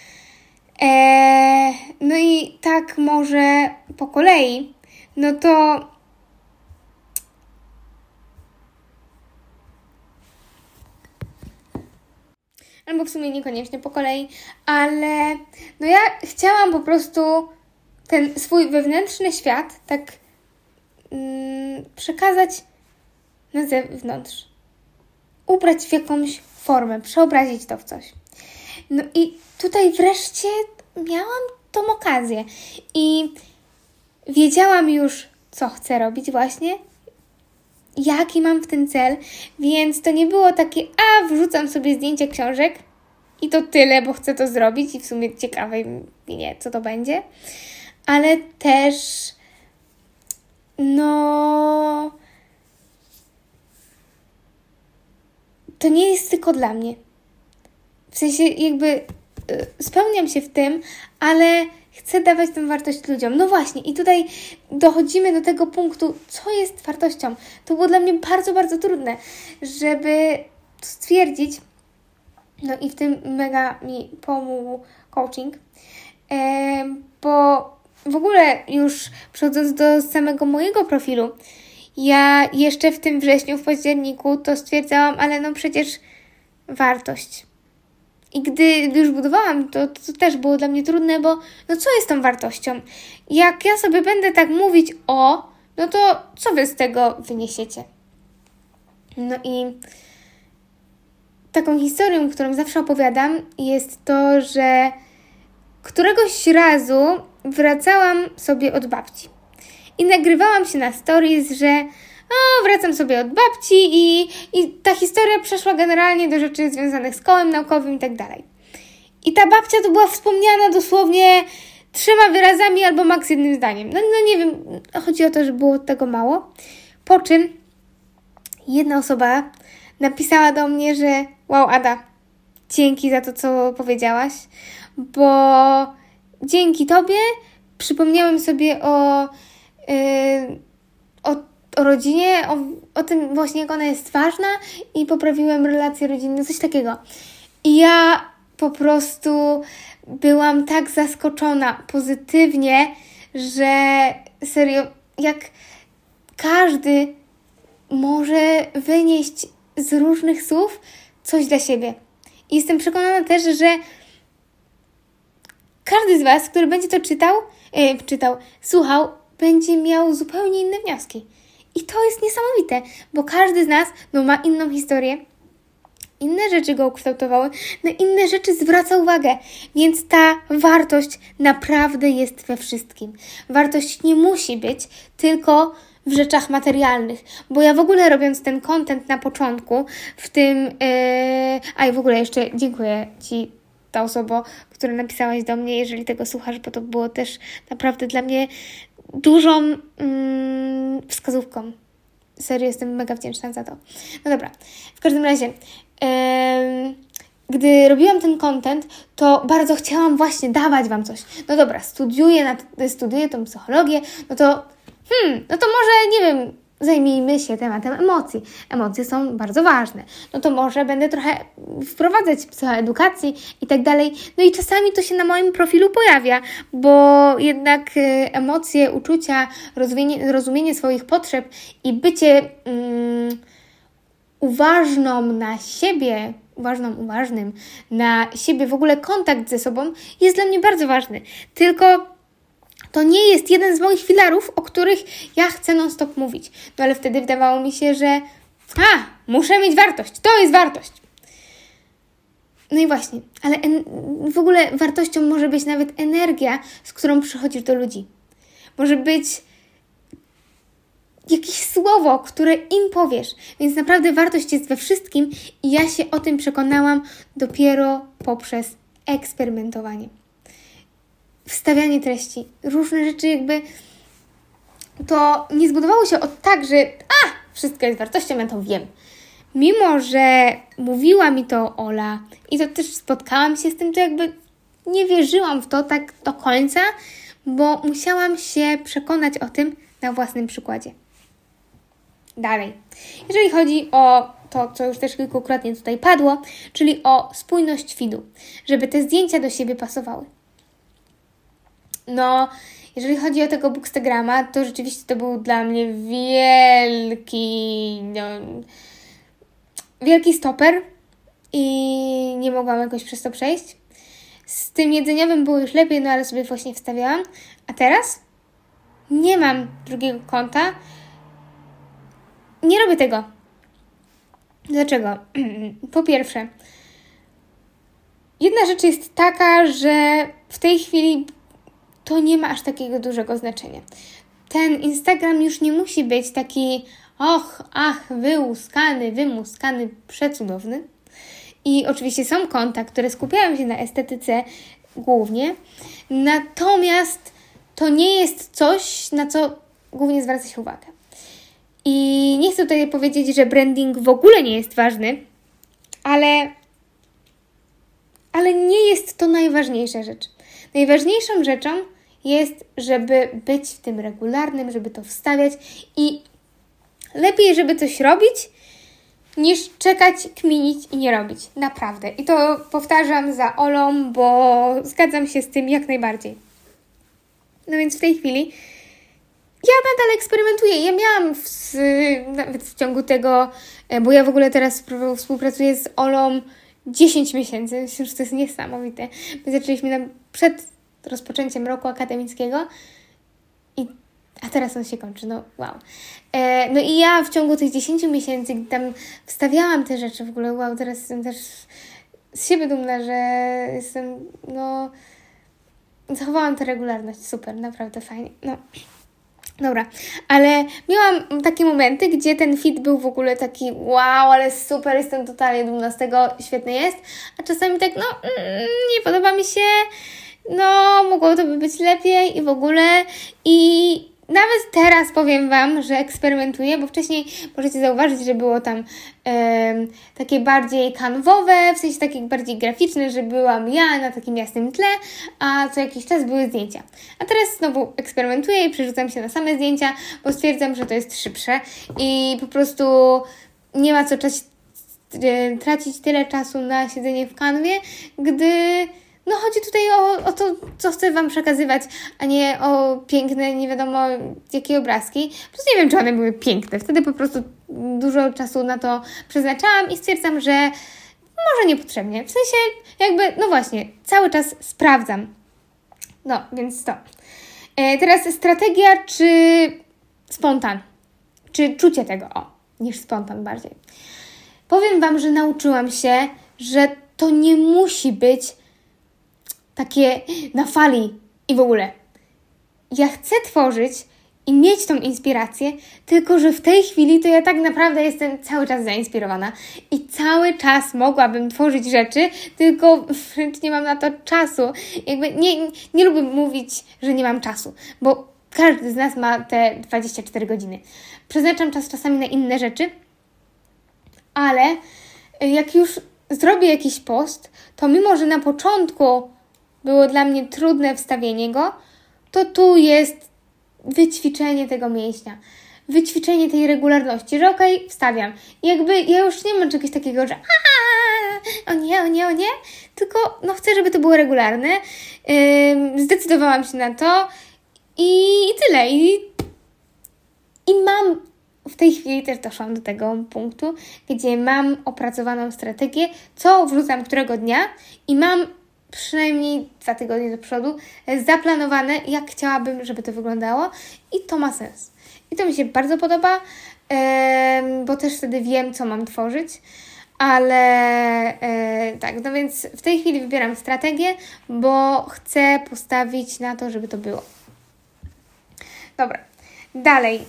No i tak może po kolei, no to albo w sumie niekoniecznie po kolei, ale ja chciałam po prostu ten swój wewnętrzny świat tak przekazać na zewnątrz. Ubrać w jakąś formę, przeobrazić to w coś. No i tutaj wreszcie miałam tą okazję i wiedziałam już, co chcę robić właśnie, jaki mam w tym cel, więc to nie było takie, wrzucam sobie zdjęcia książek i to tyle, bo chcę to zrobić i w sumie ciekawe mnie, co to będzie. Ale też, to nie jest tylko dla mnie. W sensie jakby spełniam się w tym, ale Chcę dawać tę wartość ludziom. No właśnie, i tutaj dochodzimy do tego punktu, co jest wartością. To było dla mnie bardzo, bardzo trudne, żeby to stwierdzić. No i w tym mega mi pomógł coaching, bo w ogóle już przechodząc do samego mojego profilu, ja jeszcze w tym wrześniu, w październiku to stwierdzałam, ale no przecież wartość. I gdy już budowałam, to też było dla mnie trudne, bo no co jest tą wartością? Jak ja sobie będę tak mówić no to co wy z tego wyniesiecie? No i taką historią, którą zawsze opowiadam, jest to, że któregoś razu wracałam sobie od babci. I nagrywałam się na stories, że wracam sobie od babci i ta historia przeszła generalnie do rzeczy związanych z kołem naukowym i tak dalej. I ta babcia to była wspomniana dosłownie 3 wyrazami albo maks 1 zdaniem. No nie wiem, chodzi o to, że było tego mało. Po czym jedna osoba napisała do mnie, że wow, Ada, dzięki za to, co powiedziałaś, bo dzięki Tobie przypomniałem sobie o rodzinie, o tym właśnie, jak ona jest ważna i poprawiłem relacje rodzinne, coś takiego. I ja po prostu byłam tak zaskoczona pozytywnie, że serio, jak każdy może wynieść z różnych słów coś dla siebie. I jestem przekonana też, że każdy z Was, który będzie to słuchał, będzie miał zupełnie inne wnioski. I to jest niesamowite, bo każdy z nas ma inną historię, inne rzeczy go ukształtowały, na inne rzeczy zwraca uwagę, więc ta wartość naprawdę jest we wszystkim. Wartość nie musi być tylko w rzeczach materialnych, bo ja w ogóle robiąc ten content na początku, w tym, i w ogóle jeszcze dziękuję Ci, ta osoba, która napisałaś do mnie, jeżeli tego słuchasz, bo to było też naprawdę dla mnie dużą wskazówką. Serio, jestem mega wdzięczna za to. No dobra, w każdym razie, gdy robiłam ten content, to bardzo chciałam właśnie dawać Wam coś. No dobra, studiuję tą psychologię, no to może, nie wiem, zajmijmy się tematem emocji. Emocje są bardzo ważne. No to może będę trochę wprowadzać psychoedukacji i tak dalej. No i czasami to się na moim profilu pojawia, bo jednak emocje, uczucia, rozumienie swoich potrzeb i bycie uważnym na siebie, w ogóle kontakt ze sobą jest dla mnie bardzo ważny. Tylko to nie jest jeden z moich filarów, o których ja chcę non-stop mówić. No ale wtedy wydawało mi się, że muszę mieć wartość. To jest wartość. No i właśnie, ale w ogóle wartością może być nawet energia, z którą przychodzisz do ludzi. Może być jakieś słowo, które im powiesz. Więc naprawdę wartość jest we wszystkim i ja się o tym przekonałam dopiero poprzez eksperymentowanie. Wstawianie treści, różne rzeczy jakby to nie zbudowało się tak, że wszystko jest wartością, ja to wiem. Mimo, że mówiła mi to Ola i to też spotkałam się z tym, to jakby nie wierzyłam w to tak do końca, bo musiałam się przekonać o tym na własnym przykładzie. Dalej. Jeżeli chodzi o to, co już też kilkukrotnie tutaj padło, czyli o spójność feedu, żeby te zdjęcia do siebie pasowały. No, jeżeli chodzi o tego Bookstagrama, to rzeczywiście to był dla mnie wielki stoper i nie mogłam jakoś przez to przejść. Z tym jedzeniowym było już lepiej, no ale sobie właśnie wstawiałam. A teraz nie mam drugiego konta. Nie robię tego. Dlaczego? Po pierwsze, jedna rzecz jest taka, że w tej chwili to nie ma aż takiego dużego znaczenia. Ten Instagram już nie musi być taki wymuskany, przecudowny. I oczywiście są konta, które skupiają się na estetyce głównie, natomiast to nie jest coś, na co głównie zwraca się uwagę. I nie chcę tutaj powiedzieć, że branding w ogóle nie jest ważny, ale nie jest to najważniejsza rzecz. Najważniejszą rzeczą jest, żeby być w tym regularnym, żeby to wstawiać i lepiej, żeby coś robić, niż czekać, kminić i nie robić. Naprawdę. I to powtarzam za Olą, bo zgadzam się z tym jak najbardziej. No więc w tej chwili ja nadal eksperymentuję. Ja miałam nawet w ciągu tego, bo ja w ogóle teraz współpracuję z Olą 10 miesięcy. Myślę, że to jest niesamowite. My zaczęliśmy przed rozpoczęciem roku akademickiego a teraz on się kończy, no wow. No i ja w ciągu tych 10 miesięcy, gdy tam wstawiałam te rzeczy w ogóle, wow, teraz jestem też z siebie dumna, że jestem, zachowałam tę regularność, super, naprawdę fajnie, no. Dobra, ale miałam takie momenty, gdzie ten fit był w ogóle taki wow, ale super, jestem totalnie dumna z tego, świetny jest, a czasami tak, nie podoba mi się, mogło to by być lepiej i w ogóle i nawet teraz powiem Wam, że eksperymentuję, bo wcześniej możecie zauważyć, że było tam takie bardziej kanwowe, w sensie takie bardziej graficzne, że byłam ja na takim jasnym tle, a co jakiś czas były zdjęcia. A teraz znowu eksperymentuję i przerzucam się na same zdjęcia, bo stwierdzam, że to jest szybsze i po prostu nie ma co tracić tyle czasu na siedzenie w kanwie, gdy chodzi tutaj o to, co chcę Wam przekazywać, a nie o piękne, nie wiadomo jakie obrazki. Po prostu nie wiem, czy one były piękne. Wtedy po prostu dużo czasu na to przeznaczałam i stwierdzam, że może niepotrzebnie. W sensie jakby, właśnie, cały czas sprawdzam. No, więc to. Teraz strategia czy spontan? Czy czucie tego, niż spontan bardziej. Powiem Wam, że nauczyłam się, że to nie musi być takie na fali i w ogóle. Ja chcę tworzyć i mieć tą inspirację, tylko że w tej chwili to ja tak naprawdę jestem cały czas zainspirowana i cały czas mogłabym tworzyć rzeczy, tylko wręcz nie mam na to czasu. Jakby nie lubię mówić, że nie mam czasu, bo każdy z nas ma te 24 godziny. Przeznaczam czas czasami na inne rzeczy, ale jak już zrobię jakiś post, to mimo, że na początku było dla mnie trudne wstawienie go, to tu jest wyćwiczenie tego mięśnia, wyćwiczenie tej regularności, że wstawiam. I jakby ja już nie mam czegoś takiego, że o nie, tylko chcę, żeby to było regularne. Zdecydowałam się na to i tyle. I mam w tej chwili też doszłam do tego punktu, gdzie mam opracowaną strategię, co wrzucam którego dnia i mam przynajmniej 2 tygodnie do przodu zaplanowane, jak chciałabym, żeby to wyglądało i to ma sens. I to mi się bardzo podoba, bo też wtedy wiem, co mam tworzyć, ale tak, no więc w tej chwili wybieram strategię, bo chcę postawić na to, żeby to było. Dobra, dalej.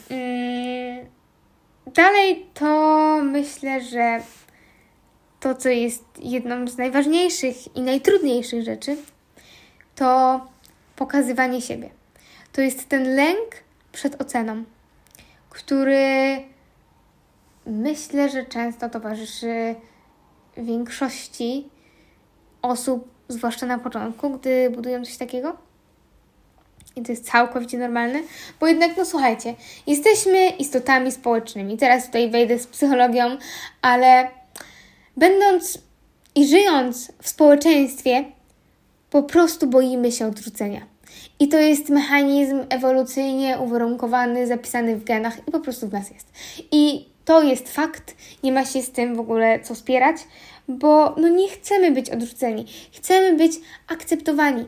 Dalej to myślę, że to, co jest jedną z najważniejszych i najtrudniejszych rzeczy, to pokazywanie siebie. To jest ten lęk przed oceną, który myślę, że często towarzyszy większości osób, zwłaszcza na początku, gdy budują coś takiego. I to jest całkowicie normalne, bo jednak, słuchajcie, jesteśmy istotami społecznymi. Teraz tutaj wejdę z psychologią, ale będąc i żyjąc w społeczeństwie, po prostu boimy się odrzucenia. I to jest mechanizm ewolucyjnie uwarunkowany, zapisany w genach i po prostu w nas jest. I to jest fakt, nie ma się z tym w ogóle co spierać, bo nie chcemy być odrzuceni, chcemy być akceptowani.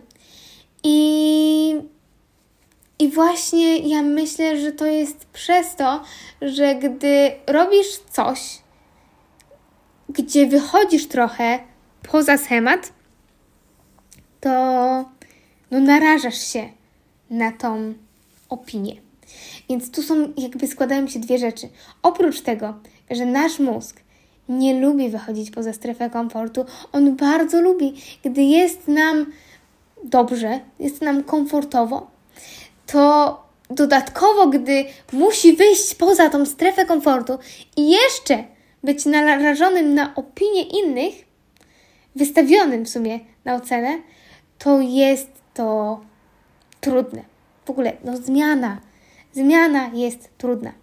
I właśnie ja myślę, że to jest przez to, że gdy robisz coś, gdzie wychodzisz trochę poza schemat, to narażasz się na tą opinię. Więc tu składają się 2 rzeczy. Oprócz tego, że nasz mózg nie lubi wychodzić poza strefę komfortu, on bardzo lubi, gdy jest nam dobrze, jest nam komfortowo, to dodatkowo, gdy musi wyjść poza tą strefę komfortu i jeszcze być narażonym na opinię innych, wystawionym w sumie na ocenę, to jest to trudne. W ogóle, zmiana jest trudna.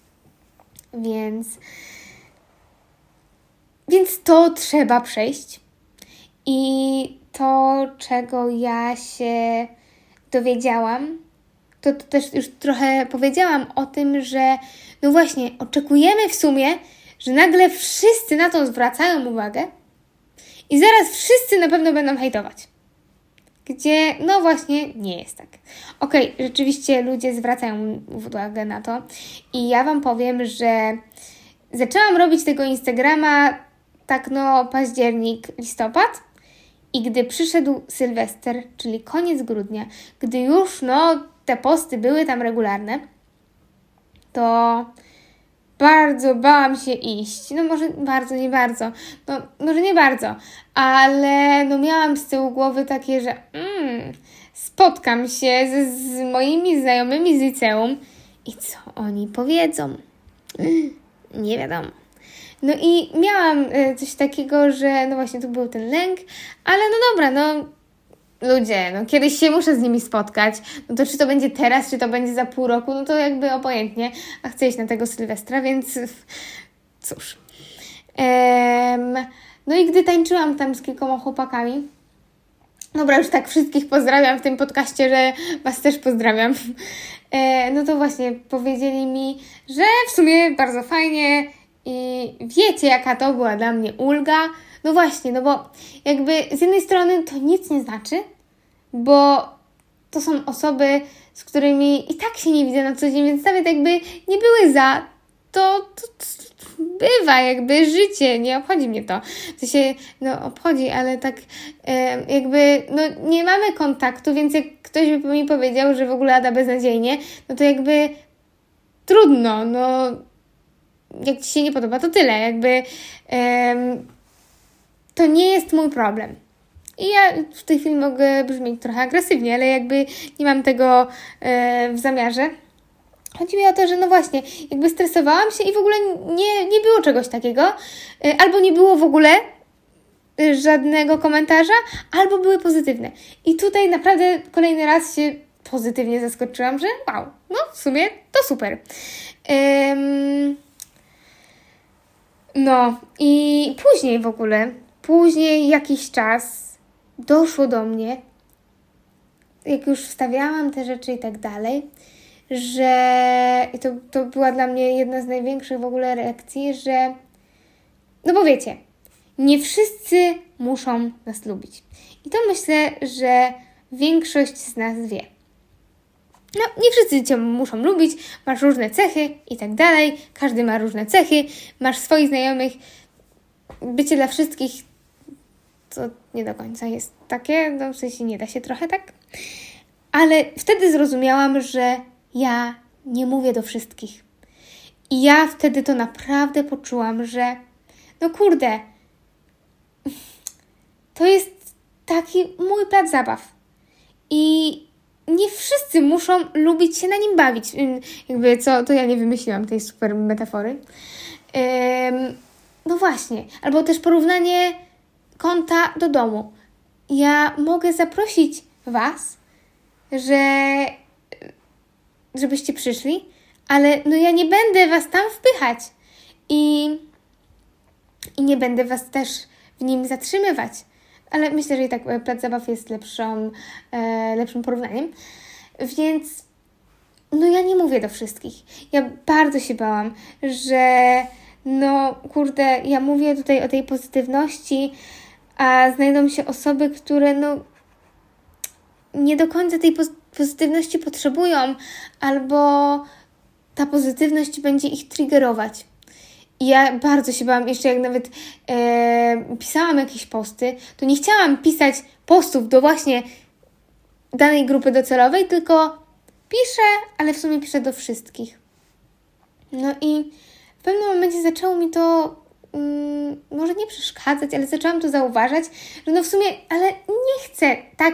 Więc to trzeba przejść. I to, czego ja się dowiedziałam, to też już trochę powiedziałam o tym, że no właśnie, oczekujemy w sumie, że nagle wszyscy na to zwracają uwagę i zaraz wszyscy na pewno będą hejtować. Gdzie, no właśnie, nie jest tak. Okej, rzeczywiście ludzie zwracają uwagę na to i ja Wam powiem, że zaczęłam robić tego Instagrama tak październik, listopad i gdy przyszedł Sylwester, czyli koniec grudnia, gdy już te posty były tam regularne, to bardzo bałam się iść. Może bardzo, nie bardzo. Może nie bardzo, ale miałam z tyłu głowy takie, że spotkam się z moimi znajomymi z liceum i co oni powiedzą? Nie wiadomo. I miałam coś takiego, że właśnie tu był ten lęk, ale dobra, ludzie, kiedyś się muszę z nimi spotkać, to czy to będzie teraz, czy to będzie za pół roku, to jakby obojętnie, a chcę iść na tego Sylwestra, więc cóż. I gdy tańczyłam tam z kilkoma chłopakami, dobra, już tak wszystkich pozdrawiam w tym podcaście, że Was też pozdrawiam, to właśnie powiedzieli mi, że w sumie bardzo fajnie i wiecie, jaka to była dla mnie ulga. No właśnie, bo jakby z jednej strony to nic nie znaczy, bo to są osoby, z którymi i tak się nie widzę na co dzień, więc nawet jakby nie były to bywa, jakby życie, nie obchodzi mnie to. W sensie, obchodzi, ale tak jakby, nie mamy kontaktu, więc jak ktoś by mi powiedział, że w ogóle Ada beznadziejnie, to jakby trudno, jak Ci się nie podoba, to tyle, jakby to nie jest mój problem. I ja w tej chwili mogę brzmieć trochę agresywnie, ale jakby nie mam tego w zamiarze. Chodzi mi o to, że właśnie, jakby stresowałam się i w ogóle nie było czegoś takiego, albo nie było w ogóle żadnego komentarza, albo były pozytywne. I tutaj naprawdę kolejny raz się pozytywnie zaskoczyłam, że wow, w sumie to super. I później jakiś czas doszło do mnie, jak już wstawiałam te rzeczy i tak dalej, że to była dla mnie jedna z największych w ogóle reakcji, że bo wiecie, nie wszyscy muszą nas lubić. I to myślę, że większość z nas wie. Nie wszyscy Cię muszą lubić, masz różne cechy i tak dalej, każdy ma różne cechy, masz swoich znajomych, bycie dla wszystkich to nie do końca jest takie, w sensie nie da się trochę tak, ale wtedy zrozumiałam, że ja nie mówię do wszystkich. I ja wtedy to naprawdę poczułam, że kurde, to jest taki mój plac zabaw i nie wszyscy muszą lubić się na nim bawić. Jakby to ja nie wymyśliłam tej super metafory. Właśnie. Albo też porównanie kąta do domu. Ja mogę zaprosić Was, żebyście przyszli, ale ja nie będę Was tam wpychać. I nie będę Was też w nim zatrzymywać. Ale myślę, że i tak plac zabaw jest lepszym porównaniem. Więc ja nie mówię do wszystkich. Ja bardzo się bałam, że kurde, ja mówię tutaj o tej pozytywności, a znajdą się osoby, które nie do końca tej pozytywności potrzebują, albo ta pozytywność będzie ich triggerować. I ja bardzo się bałam, jeszcze jak nawet pisałam jakieś posty, to nie chciałam pisać postów do właśnie danej grupy docelowej, tylko piszę, ale w sumie piszę do wszystkich. I w pewnym momencie zaczęło mi to może nie przeszkadzać, ale zaczęłam to zauważać, że w sumie, ale nie chcę tak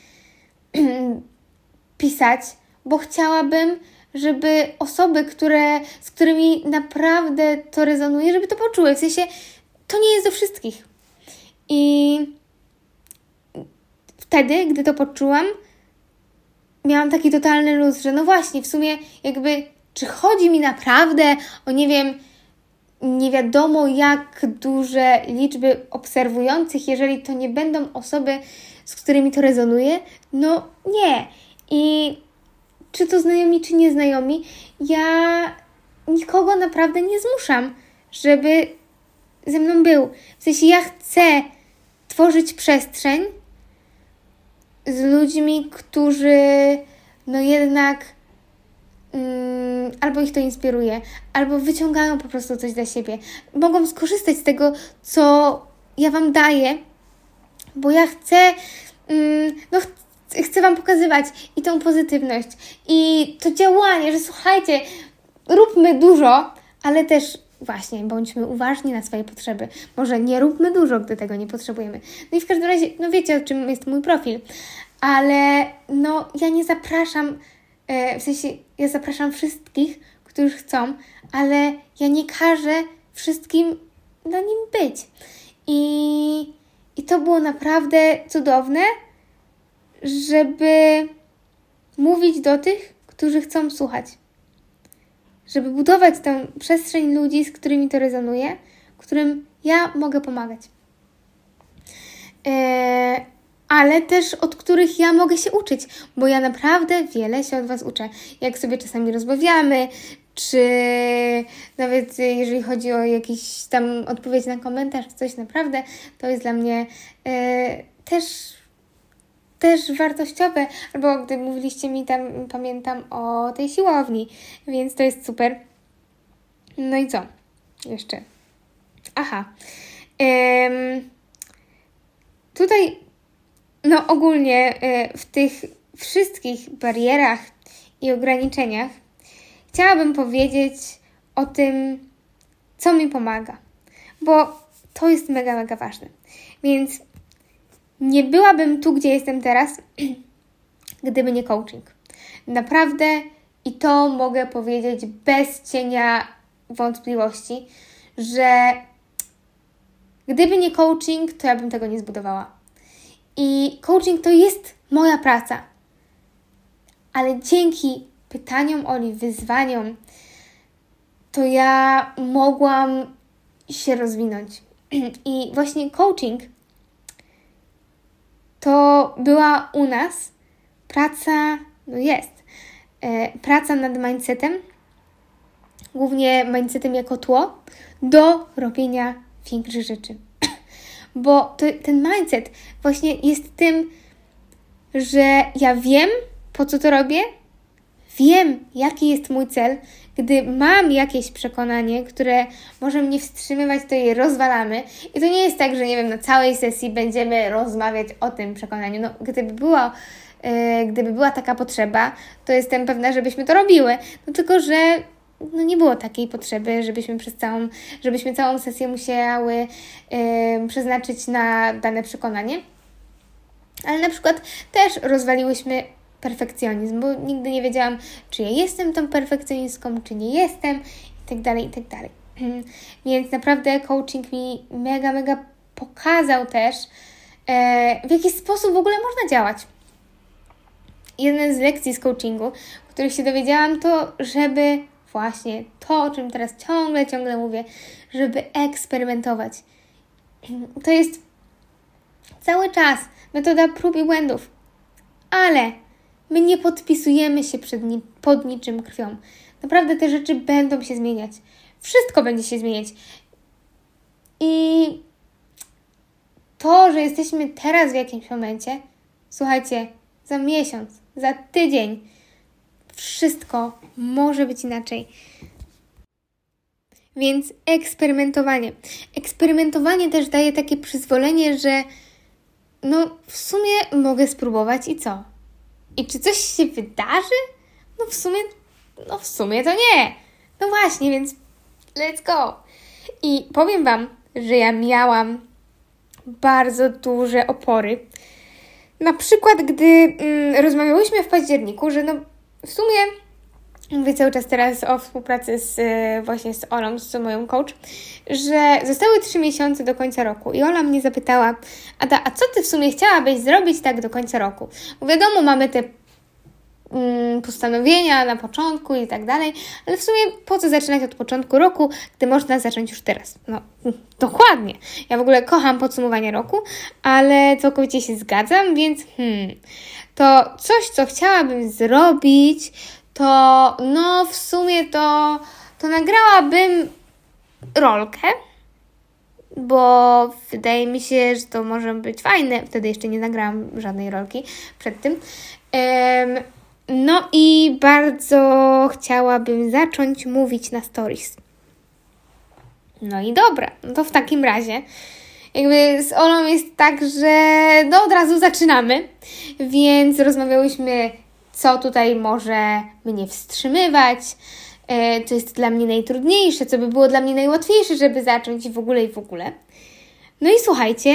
pisać, bo chciałabym, żeby osoby, z którymi naprawdę to rezonuje, żeby to poczuły. W sensie, to nie jest do wszystkich. I wtedy, gdy to poczułam, miałam taki totalny luz, że no właśnie, w sumie jakby, czy chodzi mi naprawdę o, nie wiem, nie wiadomo jak duże liczby obserwujących, jeżeli to nie będą osoby, z którymi to rezonuje? No nie. I czy to znajomi, czy nieznajomi, ja nikogo naprawdę nie zmuszam, żeby ze mną był. W sensie ja chcę tworzyć przestrzeń z ludźmi, którzy no jednak albo ich to inspiruje, albo wyciągają po prostu coś dla siebie. Mogą skorzystać z tego, co ja Wam daję, bo ja chcę chcę Wam pokazywać i tą pozytywność, i to działanie, że słuchajcie, róbmy dużo, ale też właśnie bądźmy uważni na swoje potrzeby. Może nie róbmy dużo, gdy tego nie potrzebujemy. No i w każdym razie, no wiecie, o czym jest mój profil, ale no ja nie zapraszam, w sensie ja zapraszam wszystkich, którzy chcą, ale ja nie każę wszystkim na nim być. I to było naprawdę cudowne, żeby mówić do tych, którzy chcą słuchać. Żeby budować tę przestrzeń ludzi, z którymi to rezonuje, którym ja mogę pomagać. Ale też od których ja mogę się uczyć, bo ja naprawdę wiele się od Was uczę. Jak sobie czasami rozmawiamy, czy nawet jeżeli chodzi o jakiś tam odpowiedź na komentarz, czy coś, naprawdę to jest dla mnie też wartościowe, albo gdy mówiliście mi tam, pamiętam o tej siłowni, więc to jest super. No i co? Jeszcze. Tutaj no ogólnie w tych wszystkich barierach i ograniczeniach chciałabym powiedzieć o tym, co mi pomaga, bo to jest mega, mega ważne. Więc nie byłabym tu, gdzie jestem teraz, gdyby nie coaching. Naprawdę, i to mogę powiedzieć bez cienia wątpliwości, że gdyby nie coaching, to ja bym tego nie zbudowała. I coaching to jest moja praca. Ale dzięki pytaniom Oli, wyzwaniom, to ja mogłam się rozwinąć. I właśnie coaching to była u nas praca, praca nad mindsetem, głównie mindsetem jako tło do robienia większych rzeczy. Bo ten mindset właśnie jest tym, że ja wiem, po co to robię, wiem, jaki jest mój cel. Gdy mam jakieś przekonanie, które może mnie wstrzymywać, to je rozwalamy. I to nie jest tak, że nie wiem, na całej sesji będziemy rozmawiać o tym przekonaniu. No, gdyby była taka potrzeba, to jestem pewna, żebyśmy to robiły. No tylko, że no nie było takiej potrzeby, żebyśmy całą sesję musiały przeznaczyć na dane przekonanie. Ale na przykład też rozwaliłyśmy perfekcjonizm, bo nigdy nie wiedziałam, czy ja jestem tą perfekcjonistką, czy nie jestem, i tak dalej, i tak dalej. Więc naprawdę coaching mi mega, mega pokazał też, w jaki sposób w ogóle można działać. Jedna z lekcji z coachingu, których się dowiedziałam, to żeby właśnie to, o czym teraz ciągle mówię, żeby eksperymentować. To jest cały czas metoda prób i błędów, ale my nie podpisujemy się pod niczym krwią. Naprawdę te rzeczy będą się zmieniać. Wszystko będzie się zmieniać. I to, że jesteśmy teraz w jakimś momencie, słuchajcie, za miesiąc, za tydzień, wszystko może być inaczej. Więc eksperymentowanie. Eksperymentowanie też daje takie przyzwolenie, że no w sumie mogę spróbować i co? I czy coś się wydarzy? No w sumie to nie. No właśnie, więc let's go. I powiem Wam, że ja miałam bardzo duże opory. Na przykład, gdy rozmawiałyśmy w październiku, że no w sumie mówię cały czas teraz o współpracy właśnie z Olą, z moją coach, że zostały 3 miesiące do końca roku i Ola mnie zapytała: Ada, a co Ty w sumie chciałabyś zrobić tak do końca roku? Bo wiadomo, mamy te postanowienia na początku i tak dalej, ale w sumie po co zaczynać od początku roku, gdy można zacząć już teraz? No, dokładnie. Ja w ogóle kocham podsumowanie roku, ale całkowicie się zgadzam, więc to coś, co chciałabym zrobić, to no w sumie to nagrałabym rolkę, bo wydaje mi się, że to może być fajne. Wtedy jeszcze nie nagrałam żadnej rolki przed tym. No i bardzo chciałabym zacząć mówić na stories. No i dobra, no to w takim razie jakby z Olą jest tak, że no od razu zaczynamy, więc rozmawiałyśmy, co tutaj może mnie wstrzymywać, co jest dla mnie najtrudniejsze, co by było dla mnie najłatwiejsze, żeby zacząć i w ogóle, i w ogóle. No i słuchajcie,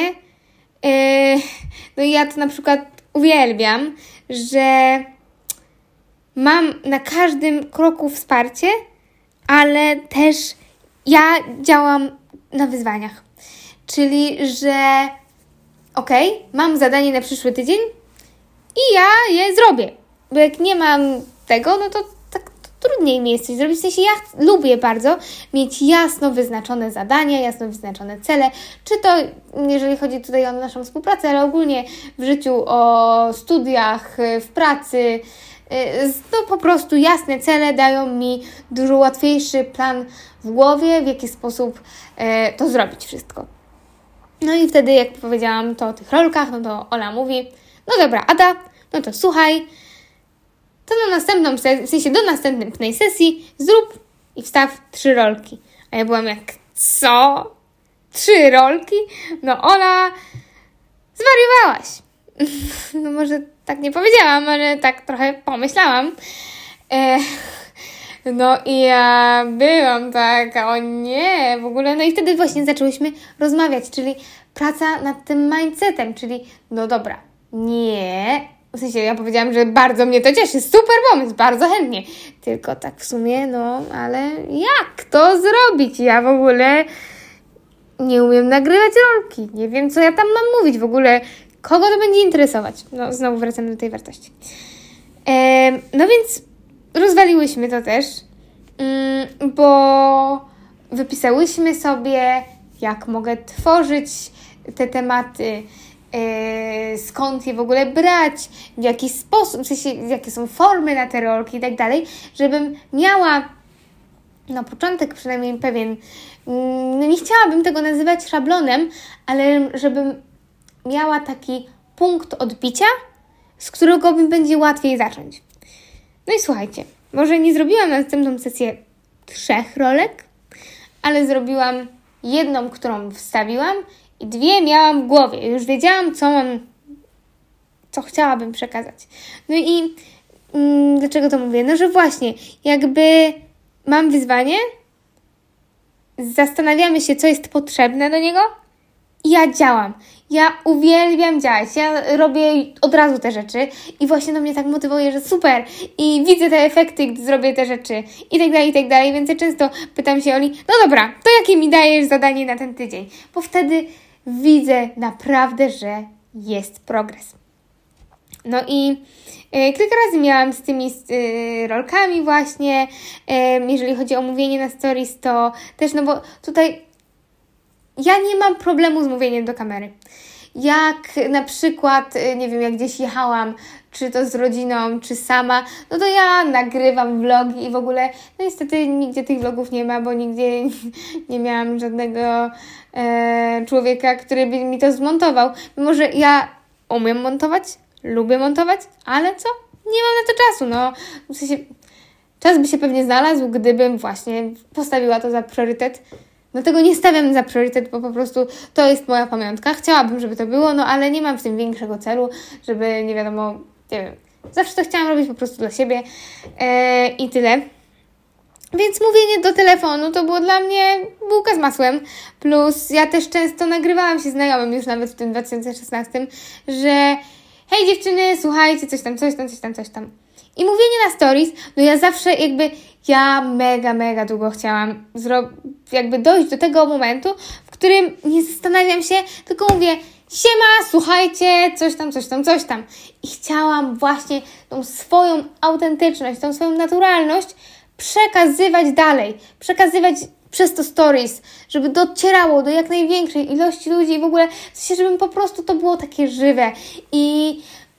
no ja to na przykład uwielbiam, że mam na każdym kroku wsparcie, ale też ja działam na wyzwaniach. Czyli, że mam zadanie na przyszły tydzień i ja je zrobię. Bo jak nie mam tego, no to tak to trudniej mi jest coś zrobić. W sensie ja lubię bardzo mieć jasno wyznaczone zadania, jasno wyznaczone cele. Czy to, jeżeli chodzi tutaj o naszą współpracę, ale ogólnie w życiu, o studiach, w pracy. No po prostu jasne cele dają mi dużo łatwiejszy plan w głowie, w jaki sposób to zrobić wszystko. No i wtedy, jak powiedziałam to o tych rolkach, no to Ola mówi: no dobra, Ada, no to słuchaj, to na następną sesję, w sensie do następnej sesji zrób i wstaw 3 rolki. A ja byłam jak, co? 3 rolki? No Ola, zwariowałaś. No może tak nie powiedziałam, ale tak trochę pomyślałam. No i ja byłam taka, o nie, w ogóle. No i wtedy właśnie zaczęłyśmy rozmawiać, czyli praca nad tym mindsetem, czyli no dobra, nie, w sensie ja powiedziałam, że bardzo mnie to cieszy, super pomysł, bardzo chętnie, tylko tak w sumie, no ale jak to zrobić? Ja w ogóle nie umiem nagrywać rolki, nie wiem, co ja tam mam mówić w ogóle, kogo to będzie interesować. No znowu wracamy do tej wartości. No więc rozwaliłyśmy to też, bo wypisałyśmy sobie, jak mogę tworzyć te tematy, skąd je w ogóle brać, w jaki sposób, w sensie, jakie są formy na te rolki i tak dalej, żebym miała na początek przynajmniej pewien, nie chciałabym tego nazywać szablonem, ale żebym miała taki punkt odbicia, z którego mi będzie łatwiej zacząć. No i słuchajcie, może nie zrobiłam na następną sesję 3 rolek, ale zrobiłam 1, którą wstawiłam i 2 miałam w głowie. Już wiedziałam, co chciałabym przekazać. No i dlaczego to mówię? No, że właśnie, jakby mam wyzwanie, zastanawiamy się, co jest potrzebne do niego i ja działam. Ja uwielbiam działać, ja robię od razu te rzeczy i właśnie to mnie tak motywuje, że super i widzę te efekty, gdy zrobię te rzeczy i tak dalej, więc ja często pytam się Oli, no dobra, to jakie mi dajesz zadanie na ten tydzień? Bo wtedy widzę naprawdę, że jest progres. No i kilka razy miałam z tymi rolkami właśnie, jeżeli chodzi o mówienie na stories, to też, no bo tutaj ja nie mam problemu z mówieniem do kamery. Jak na przykład, nie wiem, jak gdzieś jechałam, czy to z rodziną, czy sama, no to ja nagrywam vlogi i w ogóle, no niestety nigdzie tych vlogów nie ma, bo nigdzie nie miałam żadnego człowieka, który by mi to zmontował. Może ja umiem montować, lubię montować, ale co? Nie mam na to czasu, no. W sensie, czas by się pewnie znalazł, gdybym właśnie postawiła to za priorytet. No tego nie stawiam za priorytet, bo po prostu to jest moja pamiątka. Chciałabym, żeby to było, no ale nie mam w tym większego celu, żeby, nie wiadomo, nie wiem. Zawsze to chciałam robić po prostu dla siebie i tyle. Więc mówienie do telefonu to było dla mnie bułka z masłem. Plus ja też często nagrywałam się znajomym już nawet w tym 2016, że hej dziewczyny, słuchajcie, coś tam. I mówienie na stories, no ja zawsze ja mega długo chciałam jakby dojść do tego momentu, w którym nie zastanawiam się, tylko mówię: siema, słuchajcie, coś tam. I chciałam właśnie tą swoją autentyczność, tą swoją naturalność przekazywać dalej, przekazywać przez to stories, żeby docierało do jak największej ilości ludzi i w ogóle, w sensie, żeby po prostu to było takie żywe. I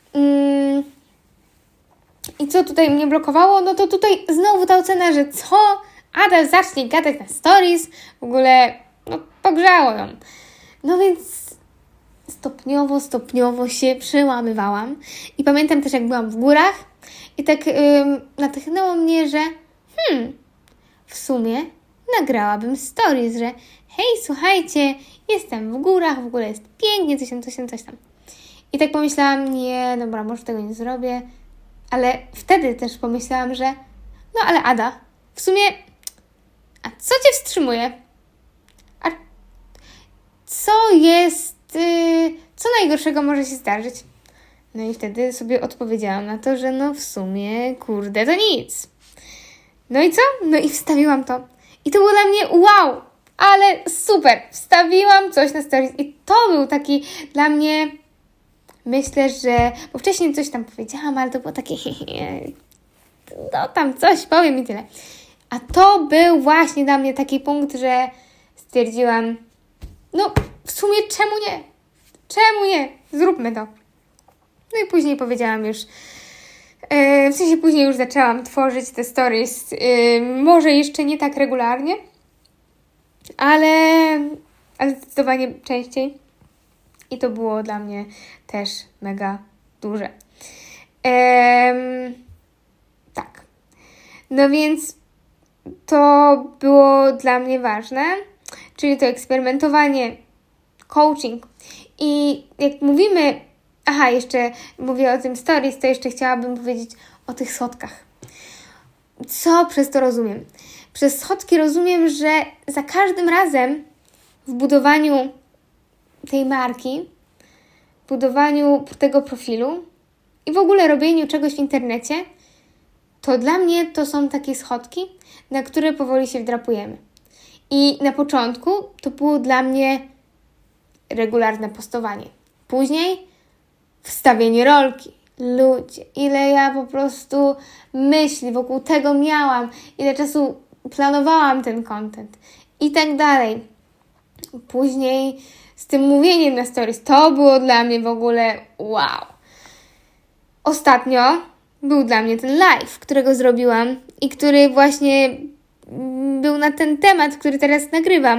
co tutaj mnie blokowało? No to tutaj znowu ta ocena, że co? Ada zacznie gadać na stories, w ogóle, no pogrzało ją. No więc stopniowo się przełamywałam. I pamiętam też, jak byłam w górach i tak natchnęło mnie, że w sumie nagrałabym stories, że hej, słuchajcie, jestem w górach, w ogóle jest pięknie, coś tam. I tak pomyślałam, nie, dobra, może tego nie zrobię. Ale wtedy też pomyślałam, że no ale Ada, w sumie, a co Cię wstrzymuje? A co jest, co najgorszego może się zdarzyć? No i wtedy sobie odpowiedziałam na to, że no w sumie, kurde, to nic. No i co? No i wstawiłam to. I to było dla mnie wow, ale super. Wstawiłam coś na stories i to był taki dla mnie, myślę, że, bo wcześniej coś tam powiedziałam, ale to było takie no tam coś powiem i tyle. A to był właśnie dla mnie taki punkt, że stwierdziłam, no w sumie czemu nie? Zróbmy to. No i później powiedziałam już, w sensie później już zaczęłam tworzyć te stories, może jeszcze nie tak regularnie, ale zdecydowanie częściej. I to było dla mnie też mega duże. Tak. No więc to było dla mnie ważne, czyli to eksperymentowanie, coaching. I jak mówimy, jeszcze mówię o tym stories, to jeszcze chciałabym powiedzieć o tych schodkach. Co przez to rozumiem? Przez schodki rozumiem, że za każdym razem w budowaniu tej marki, w budowaniu tego profilu i w ogóle robieniu czegoś w internecie, to dla mnie to są takie schodki, na które powoli się wdrapujemy. I na początku to było dla mnie regularne postowanie. Później wstawienie rolki. Ludzie, ile ja po prostu myśli wokół tego miałam, ile czasu planowałam ten content i tak dalej. Później z tym mówieniem na stories, to było dla mnie w ogóle wow. Ostatnio był dla mnie ten live, którego zrobiłam i który właśnie był na ten temat, który teraz nagrywam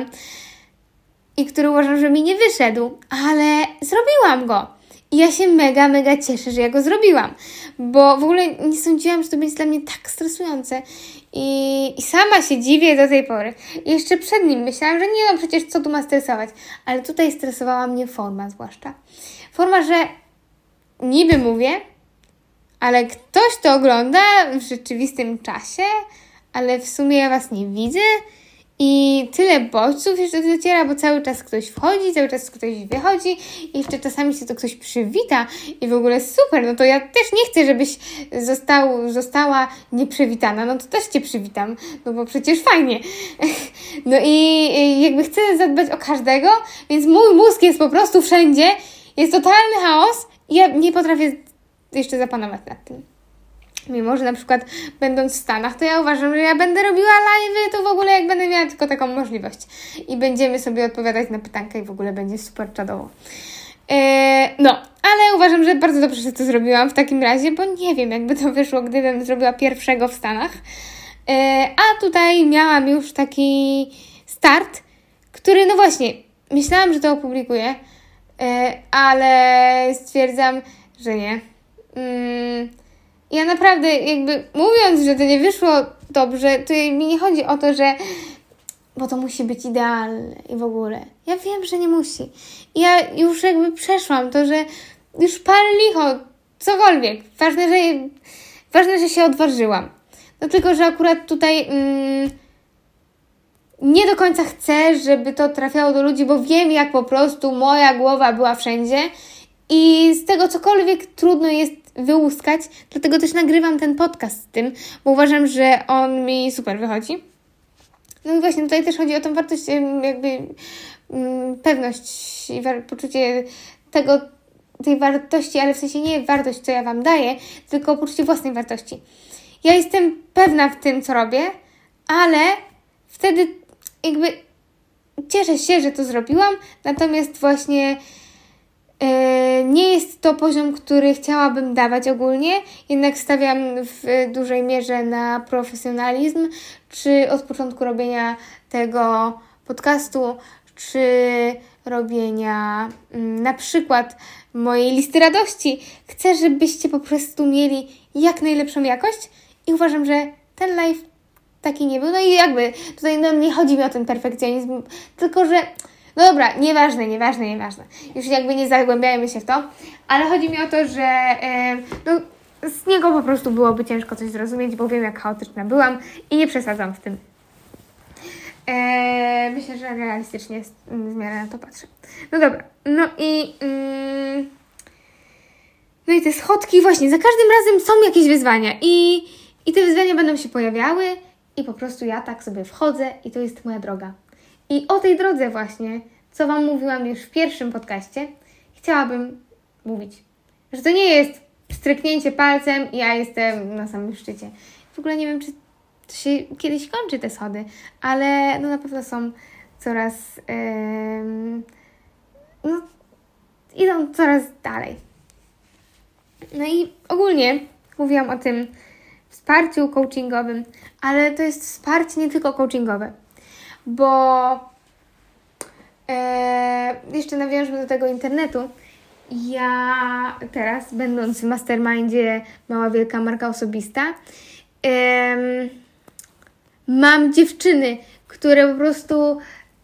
i który uważam, że mi nie wyszedł, ale zrobiłam go. I ja się mega cieszę, że ja go zrobiłam, bo w ogóle nie sądziłam, że to będzie dla mnie tak stresujące i sama się dziwię do tej pory. I jeszcze przed nim myślałam, że nie, no przecież co tu ma stresować, ale tutaj stresowała mnie forma zwłaszcza. Forma, że niby mówię, ale ktoś to ogląda w rzeczywistym czasie, ale w sumie ja Was nie widzę i tyle bodźców jeszcze dociera, bo cały czas ktoś wchodzi, cały czas ktoś wychodzi i jeszcze czasami się to ktoś przywita i w ogóle super, no to ja też nie chcę, żebyś została nieprzywitana, no to też Cię przywitam, no bo przecież fajnie. No i jakby chcę zadbać o każdego, więc mój mózg jest po prostu wszędzie, jest totalny chaos i ja nie potrafię jeszcze zapanować nad tym. Mimo, że na przykład będąc w Stanach, to ja uważam, że ja będę robiła live'y, to w ogóle jak będę miała tylko taką możliwość. I będziemy sobie odpowiadać na pytanka i w ogóle będzie super czadowo. No, ale uważam, że bardzo dobrze, że to zrobiłam w takim razie, bo nie wiem, jakby to wyszło, gdybym zrobiła pierwszego w Stanach. A tutaj miałam już taki start, który, no właśnie, myślałam, że to opublikuję, ale stwierdzam, że nie. Ja naprawdę jakby mówiąc, że to nie wyszło dobrze, to mi nie chodzi o to, że bo to musi być idealne i w ogóle. Ja wiem, że nie musi. Ja już jakby przeszłam to, że już pal licho, cokolwiek. Ważne, że się odważyłam. No tylko, że akurat tutaj nie do końca chcę, żeby to trafiało do ludzi, bo wiem, jak po prostu moja głowa była wszędzie i z tego cokolwiek trudno jest wyłuskać, dlatego też nagrywam ten podcast z tym, bo uważam, że on mi super wychodzi. No i właśnie tutaj też chodzi o tą wartość, jakby pewność i poczucie tej wartości, ale w sensie nie wartość, co ja Wam daję, tylko poczucie własnej wartości. Ja jestem pewna w tym, co robię, ale wtedy jakby cieszę się, że to zrobiłam, natomiast właśnie nie jest to poziom, który chciałabym dawać ogólnie, jednak stawiam w dużej mierze na profesjonalizm, czy od początku robienia tego podcastu, czy robienia na przykład mojej listy radości. Chcę, żebyście po prostu mieli jak najlepszą jakość i uważam, że ten live taki nie był. No i jakby tutaj nie chodzi mi o ten perfekcjonizm, tylko że no dobra, nieważne. Już jakby nie zagłębiajmy się w to, ale chodzi mi o to, że z niego po prostu byłoby ciężko coś zrozumieć, bo wiem, jak chaotyczna byłam i nie przesadzam w tym. Myślę, że realistycznie w miarę na to patrzę. No dobra, no i te schodki właśnie, za każdym razem są jakieś wyzwania i te wyzwania będą się pojawiały i po prostu ja tak sobie wchodzę i to jest moja droga. I o tej drodze właśnie, co Wam mówiłam już w pierwszym podcaście, chciałabym mówić. Że to nie jest stryknięcie palcem i ja jestem na samym szczycie. W ogóle nie wiem, czy to się kiedyś kończy te schody, ale no na pewno są coraz idą coraz dalej. No i ogólnie mówiłam o tym wsparciu coachingowym, ale to jest wsparcie nie tylko coachingowe, bo jeszcze nawiążmy do tego internetu. Ja teraz, będąc w mastermindzie Mała Wielka Marka Osobista, mam dziewczyny, które po prostu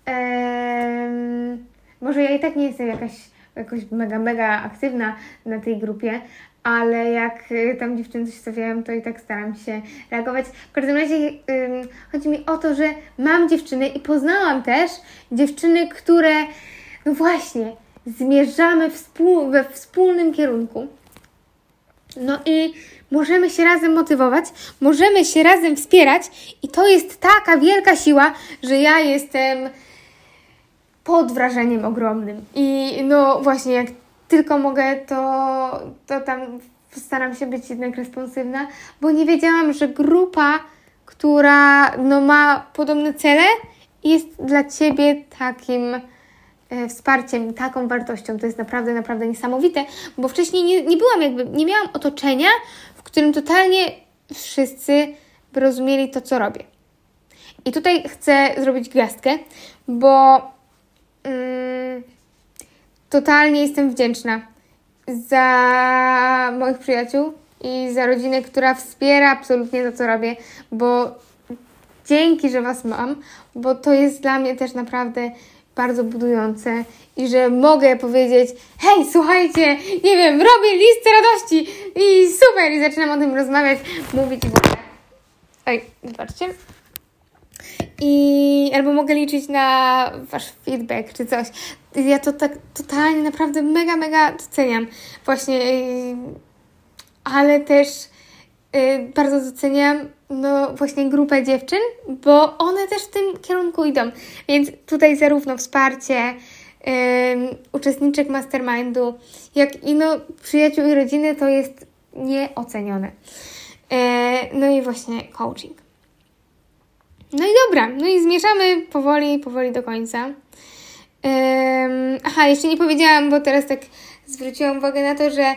może ja i tak nie jestem jakoś mega aktywna na tej grupie, ale jak tam dziewczyny coś stawiają, to i tak staram się reagować. W każdym razie chodzi mi o to, że mam dziewczyny i poznałam też dziewczyny, które no właśnie zmierzamy we wspólnym kierunku. No i możemy się razem motywować, możemy się razem wspierać i to jest taka wielka siła, że ja jestem pod wrażeniem ogromnym. I no właśnie, jak tylko mogę, to tam staram się być jednak responsywna, bo nie wiedziałam, że grupa, która no ma podobne cele, jest dla Ciebie takim wsparciem, taką wartością. To jest naprawdę niesamowite, bo wcześniej nie miałam otoczenia, w którym totalnie wszyscy by rozumieli to, co robię. I tutaj chcę zrobić gwiazdkę, bo totalnie jestem wdzięczna za moich przyjaciół i za rodzinę, która wspiera absolutnie to, co robię, bo dzięki, że Was mam, bo to jest dla mnie też naprawdę bardzo budujące i że mogę powiedzieć: hej, słuchajcie, nie wiem, robię listę radości i super, i zaczynam o tym rozmawiać, mówić w ogóle. Oj, zobaczcie. Albo mogę liczyć na Wasz feedback czy coś. Ja to tak totalnie, naprawdę mega doceniam. Właśnie, ale też bardzo doceniam no właśnie grupę dziewczyn, bo one też w tym kierunku idą. Więc tutaj zarówno wsparcie uczestniczek mastermindu, jak i no przyjaciół i rodziny to jest nieocenione. No i właśnie coaching. No i dobra, no i zmierzamy powoli do końca. Jeszcze nie powiedziałam, bo teraz tak zwróciłam uwagę na to, że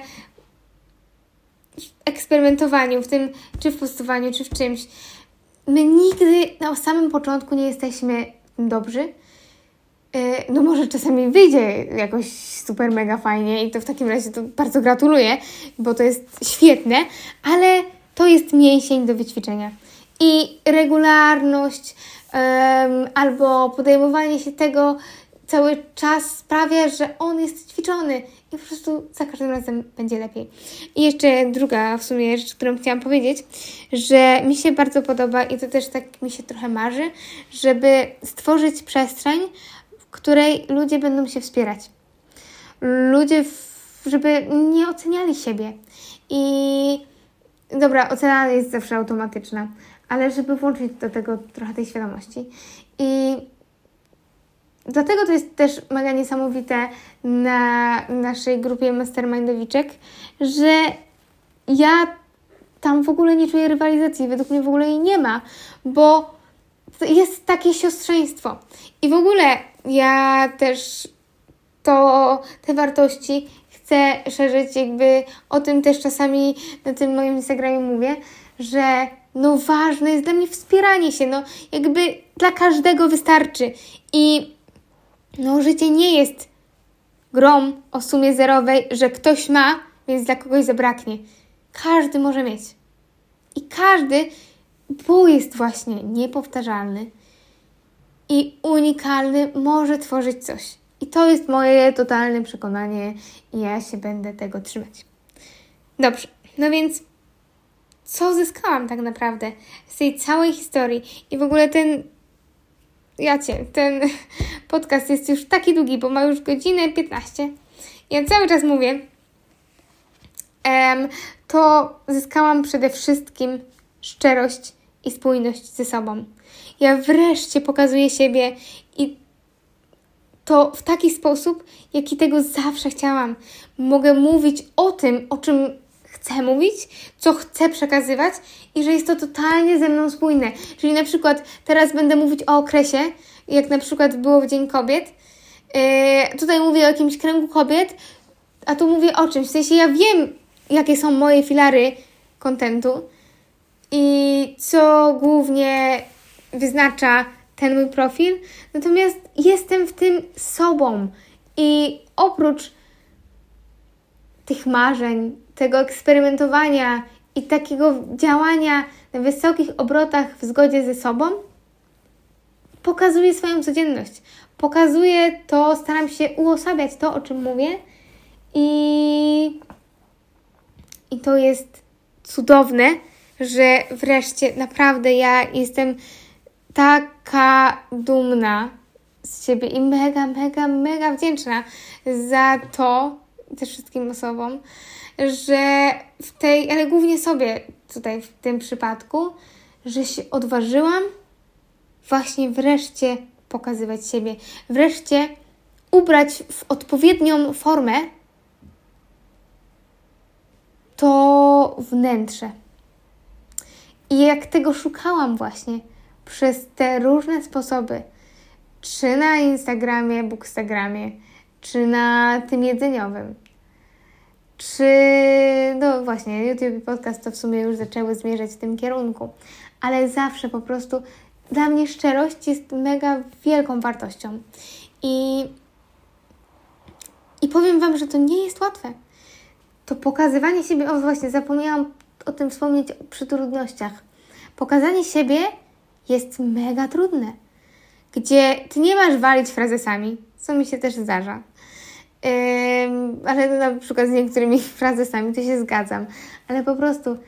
w eksperymentowaniu, w tym, czy w postowaniu, czy w czymś, my nigdy na samym początku nie jesteśmy dobrzy. No może czasami wyjdzie jakoś super mega fajnie i to w takim razie to bardzo gratuluję, bo to jest świetne, ale to jest mięsień do wyćwiczenia. I regularność albo podejmowanie się tego cały czas sprawia, że on jest ćwiczony i po prostu za każdym razem będzie lepiej. I jeszcze druga w sumie rzecz, którą chciałam powiedzieć, że mi się bardzo podoba i to też tak mi się trochę marzy, żeby stworzyć przestrzeń, w której ludzie będą się wspierać. Ludzie, żeby nie oceniali siebie. I dobra, ocena jest zawsze automatyczna, ale żeby włączyć do tego trochę tej świadomości. I dlatego to jest też mega niesamowite na naszej grupie Mastermindowiczek, że ja tam w ogóle nie czuję rywalizacji. Według mnie w ogóle jej nie ma, bo jest takie siostrzeństwo. I w ogóle ja też te wartości chcę szerzyć, jakby o tym też czasami na tym moim Instagramie mówię, że no ważne jest dla mnie wspieranie się, no jakby dla każdego wystarczy. I no życie nie jest grą o sumie zerowej, że ktoś ma, więc dla kogoś zabraknie. Każdy może mieć. I każdy, bo jest właśnie niepowtarzalny i unikalny, może tworzyć coś. I to jest moje totalne przekonanie i ja się będę tego trzymać. Dobrze, no więc co zyskałam tak naprawdę z tej całej historii? I w ogóle ten podcast jest już taki długi, bo ma już godzinę 15. Ja cały czas mówię, to zyskałam przede wszystkim szczerość i spójność ze sobą. Ja wreszcie pokazuję siebie i to w taki sposób, jaki tego zawsze chciałam. Mogę mówić o tym, o czym chcę mówić, co chcę przekazywać i że jest to totalnie ze mną spójne. Czyli na przykład teraz będę mówić o okresie, jak na przykład było w Dzień Kobiet. Tutaj mówię o jakimś kręgu kobiet, a tu mówię o czymś. W sensie ja wiem, jakie są moje filary kontentu i co głównie wyznacza ten mój profil. Natomiast jestem w tym sobą i oprócz tych marzeń, tego eksperymentowania i takiego działania na wysokich obrotach w zgodzie ze sobą, pokazuję swoją codzienność. Pokazuję to, staram się uosabiać to, o czym mówię i to jest cudowne, że wreszcie naprawdę ja jestem taka dumna z siebie i mega, mega, mega wdzięczna za to też wszystkim osobom, że ale głównie sobie tutaj w tym przypadku, że się odważyłam właśnie wreszcie pokazywać siebie, wreszcie ubrać w odpowiednią formę to wnętrze. I jak tego szukałam właśnie przez te różne sposoby, czy na Instagramie, Bookstagramie, czy na tym jedzeniowym, czy no właśnie YouTube i podcast to w sumie już zaczęły zmierzać w tym kierunku, ale zawsze po prostu dla mnie szczerość jest mega wielką wartością i powiem Wam, że to nie jest łatwe. To pokazywanie siebie, właśnie zapomniałam o tym wspomnieć przy trudnościach. Pokazanie siebie jest mega trudne, gdzie Ty nie masz walić frazesami, co mi się też zdarza. Ale na przykład z niektórymi frazesami to się zgadzam. Ale po prostu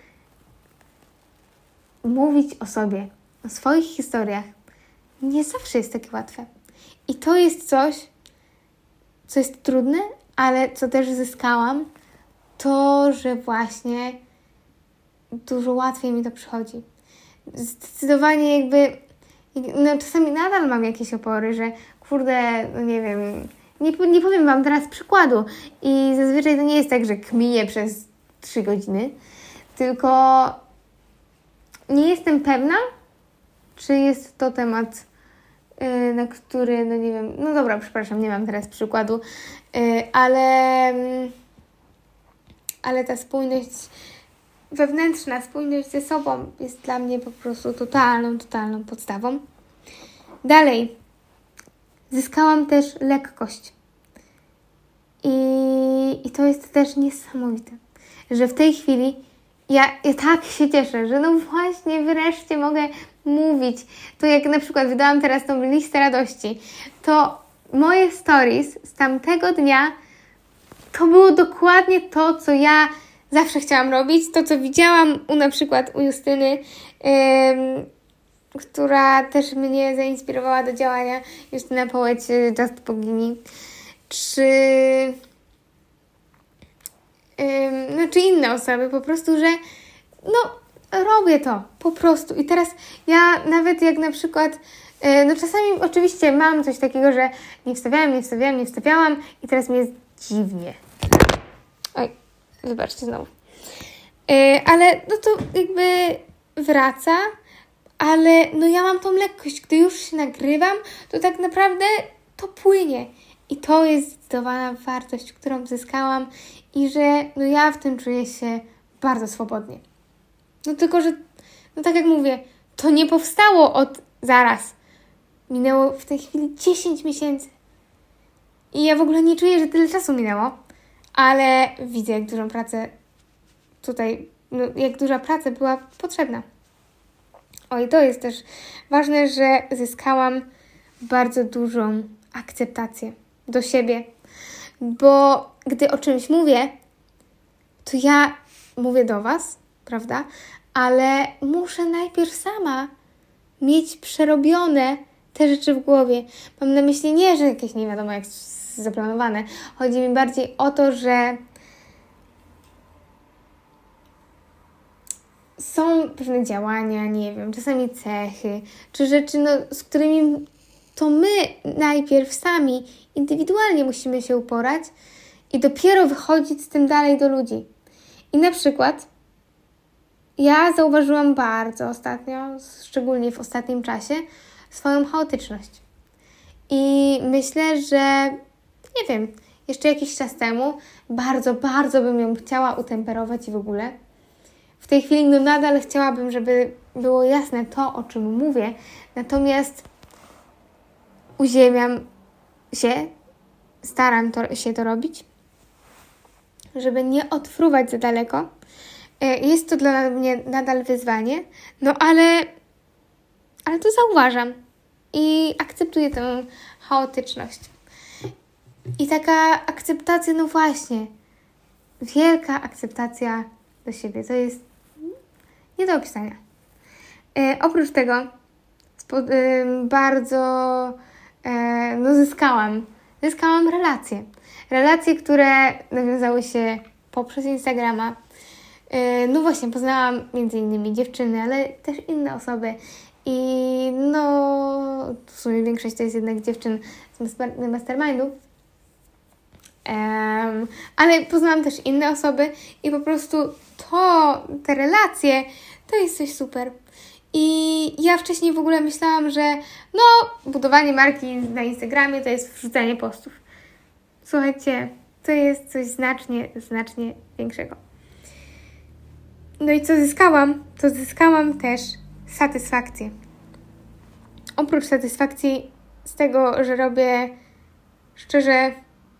mówić o sobie, o swoich historiach nie zawsze jest takie łatwe. I to jest coś, co jest trudne, ale co też zyskałam, to, że właśnie dużo łatwiej mi to przychodzi. Zdecydowanie jakby, no czasami nadal mam jakieś opory, że kurde, no nie wiem, nie powiem Wam teraz przykładu i zazwyczaj to nie jest tak, że kminię przez 3 godziny, tylko nie jestem pewna, czy jest to temat, na który, no nie wiem, no dobra, przepraszam, nie mam teraz przykładu, ale ta spójność wewnętrzna, spójność ze sobą jest dla mnie po prostu totalną podstawą. Dalej, zyskałam też lekkość. I to jest też niesamowite, że w tej chwili ja tak się cieszę, że no właśnie wreszcie mogę mówić. To jak na przykład wydałam teraz tą listę radości, to moje stories z tamtego dnia to było dokładnie to, co ja zawsze chciałam robić, to co widziałam na przykład u Justyny, która też mnie zainspirowała do działania, Justyna Połeć, Just Bogini, czy czy inne osoby, po prostu, że robię to, po prostu. I teraz ja nawet jak na przykład, czasami oczywiście mam coś takiego, że nie wstawiałam i teraz mi jest dziwnie. Oj, wybaczcie znowu. Ale to jakby wraca, ale ja mam tą lekkość, gdy już się nagrywam, to tak naprawdę to płynie. I to jest zdecydowana wartość, którą zyskałam i że ja w tym czuję się bardzo swobodnie. Tylko, że tak jak mówię, to nie powstało od zaraz. Minęło w tej chwili 10 miesięcy. I ja w ogóle nie czuję, że tyle czasu minęło, ale widzę, jak dużą pracę tutaj, jak duża praca była potrzebna. I to jest też ważne, że zyskałam bardzo dużą akceptację do siebie, bo gdy o czymś mówię, to ja mówię do Was, prawda? Ale muszę najpierw sama mieć przerobione te rzeczy w głowie. Mam na myśli nie, że jakieś nie wiadomo jak zaplanowane. Chodzi mi bardziej o to, że są pewne działania, nie wiem, czasami cechy, czy rzeczy, z którymi to my najpierw sami indywidualnie musimy się uporać i dopiero wychodzić z tym dalej do ludzi. I na przykład ja zauważyłam bardzo ostatnio, szczególnie w ostatnim czasie, swoją chaotyczność. I myślę, że nie wiem, jeszcze jakiś czas temu bardzo, bardzo bym ją chciała utemperować i w ogóle. W tej chwili nadal chciałabym, żeby było jasne to, o czym mówię, natomiast uziemiam się, staram się to robić, żeby nie odfruwać za daleko. Jest to dla mnie nadal wyzwanie, ale to zauważam i akceptuję tę chaotyczność. I taka akceptacja, właśnie, wielka akceptacja do siebie, to jest nie do opisania. Oprócz tego bardzo zyskałam relacje. Relacje, które nawiązały się poprzez Instagrama. Właśnie, poznałam między innymi dziewczyny, ale też inne osoby. I w sumie większość to jest jednak dziewczyn z mastermindów. Ale poznałam też inne osoby i po prostu te relacje, to jest coś super. I ja wcześniej w ogóle myślałam, że budowanie marki na Instagramie to jest wrzucanie postów. Słuchajcie, to jest coś znacznie, znacznie większego. I co zyskałam? To zyskałam też satysfakcję. Oprócz satysfakcji z tego, że robię szczerze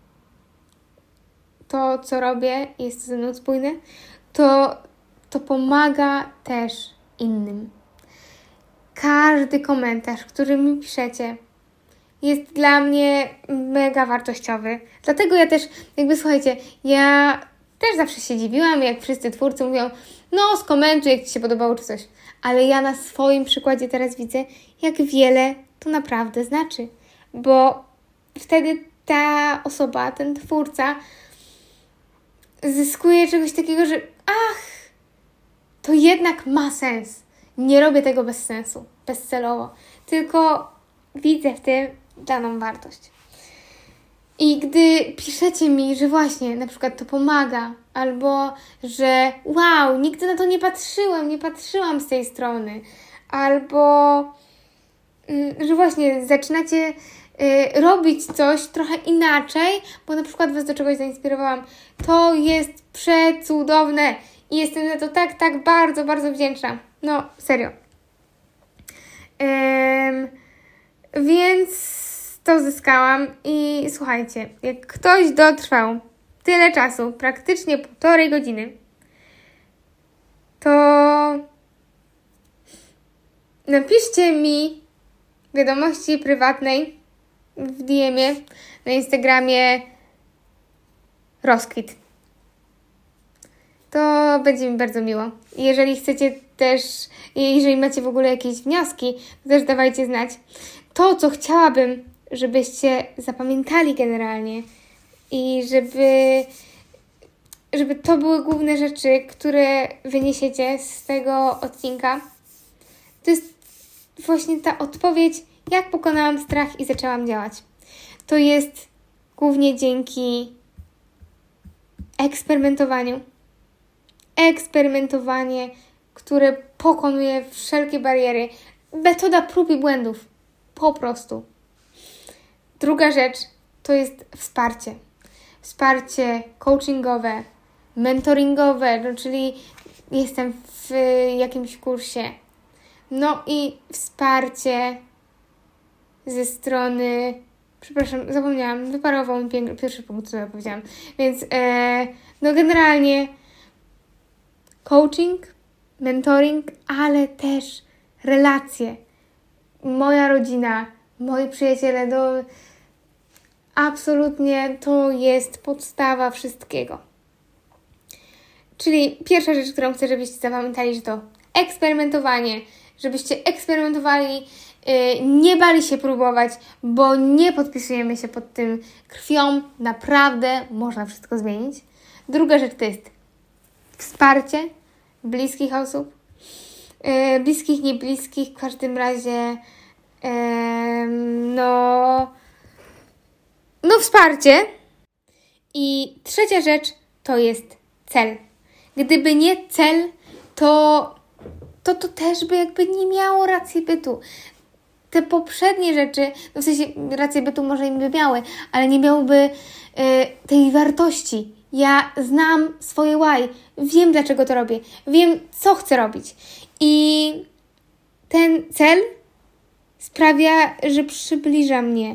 to, co robię, jest to ze mną spójne, to pomaga też innym. Każdy komentarz, który mi piszecie, jest dla mnie mega wartościowy. Dlatego ja też, słuchajcie, ja też zawsze się dziwiłam, jak wszyscy twórcy mówią, skomentuj, jak Ci się podobało, czy coś. Ale ja na swoim przykładzie teraz widzę, jak wiele to naprawdę znaczy. Bo wtedy ta osoba, ten twórca zyskuje czegoś takiego, że to jednak ma sens. Nie robię tego bez sensu, bezcelowo. Tylko widzę w tym daną wartość. I gdy piszecie mi, że właśnie na przykład to pomaga, albo że wow, nigdy na to nie patrzyłam z tej strony, albo że właśnie zaczynacie robić coś trochę inaczej, bo na przykład Was do czegoś zainspirowałam. To jest przecudowne i jestem za to tak bardzo, bardzo wdzięczna. Serio. Więc to zyskałam i słuchajcie, jak ktoś dotrwał tyle czasu, praktycznie 1,5 godziny, to napiszcie mi w wiadomości prywatnej w DM-ie na Instagramie rozkwit. To będzie mi bardzo miło. I jeżeli chcecie też, jeżeli macie w ogóle jakieś wnioski, to też dawajcie znać. To, co chciałabym, żebyście zapamiętali generalnie i żeby żeby to były główne rzeczy, które wyniesiecie z tego odcinka. To jest właśnie ta odpowiedź, jak pokonałam strach i zaczęłam działać. To jest głównie dzięki eksperymentowaniu. Eksperymentowanie, które pokonuje wszelkie bariery. Metoda prób i błędów. Po prostu. Druga rzecz to jest wsparcie. Wsparcie coachingowe, mentoringowe, czyli jestem w jakimś kursie. No i wsparcie ze strony... Przepraszam, zapomniałam, wyparował mi pierwszy punkt, co ja powiedziałam. Więc no generalnie coaching, mentoring, ale też relacje. Moja rodzina, moi przyjaciele, absolutnie to jest podstawa wszystkiego. Czyli pierwsza rzecz, którą chcę, żebyście zapamiętali, że to eksperymentowanie, żebyście eksperymentowali, nie bali się próbować, bo nie podpisujemy się pod tym krwią. Naprawdę można wszystko zmienić. Druga rzecz to jest wsparcie bliskich osób. Bliskich, niebliskich, w każdym razie wsparcie. I trzecia rzecz to jest cel. Gdyby nie cel, to też by jakby nie miało racji bytu. Te poprzednie rzeczy, w sensie rację bytu może im by miały, ale nie miałyby tej wartości. Ja znam swoje why, wiem dlaczego to robię, wiem co chcę robić. I ten cel sprawia, że przybliża mnie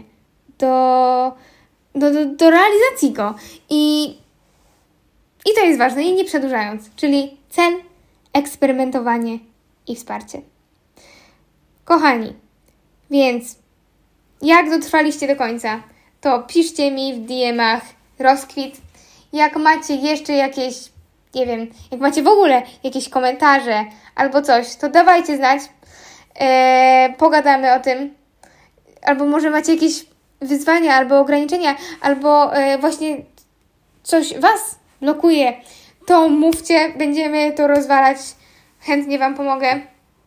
do realizacji go. I to jest ważne, i nie przedłużając. Czyli cel, eksperymentowanie i wsparcie. Kochani, więc jak dotrwaliście do końca, to piszcie mi w DM-ach rozkwit. Jak macie jeszcze jakieś, nie wiem, jak macie w ogóle jakieś komentarze albo coś, to dawajcie znać. Pogadamy o tym. Albo może macie jakieś wyzwania, albo ograniczenia, albo właśnie coś Was blokuje, to mówcie, będziemy to rozwalać. Chętnie Wam pomogę.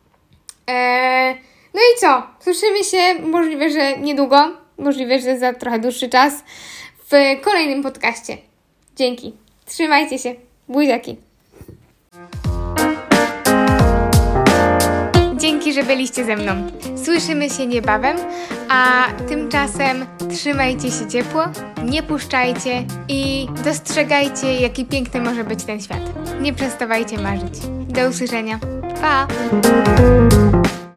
No i co? Słyszymy się, możliwe, że niedługo, możliwe, że za trochę dłuższy czas w kolejnym podcaście. Dzięki. Trzymajcie się. Buziaki. Dzięki, że byliście ze mną. Słyszymy się niebawem, a tymczasem trzymajcie się ciepło, nie puszczajcie i dostrzegajcie, jaki piękny może być ten świat. Nie przestawajcie marzyć. Do usłyszenia. Pa!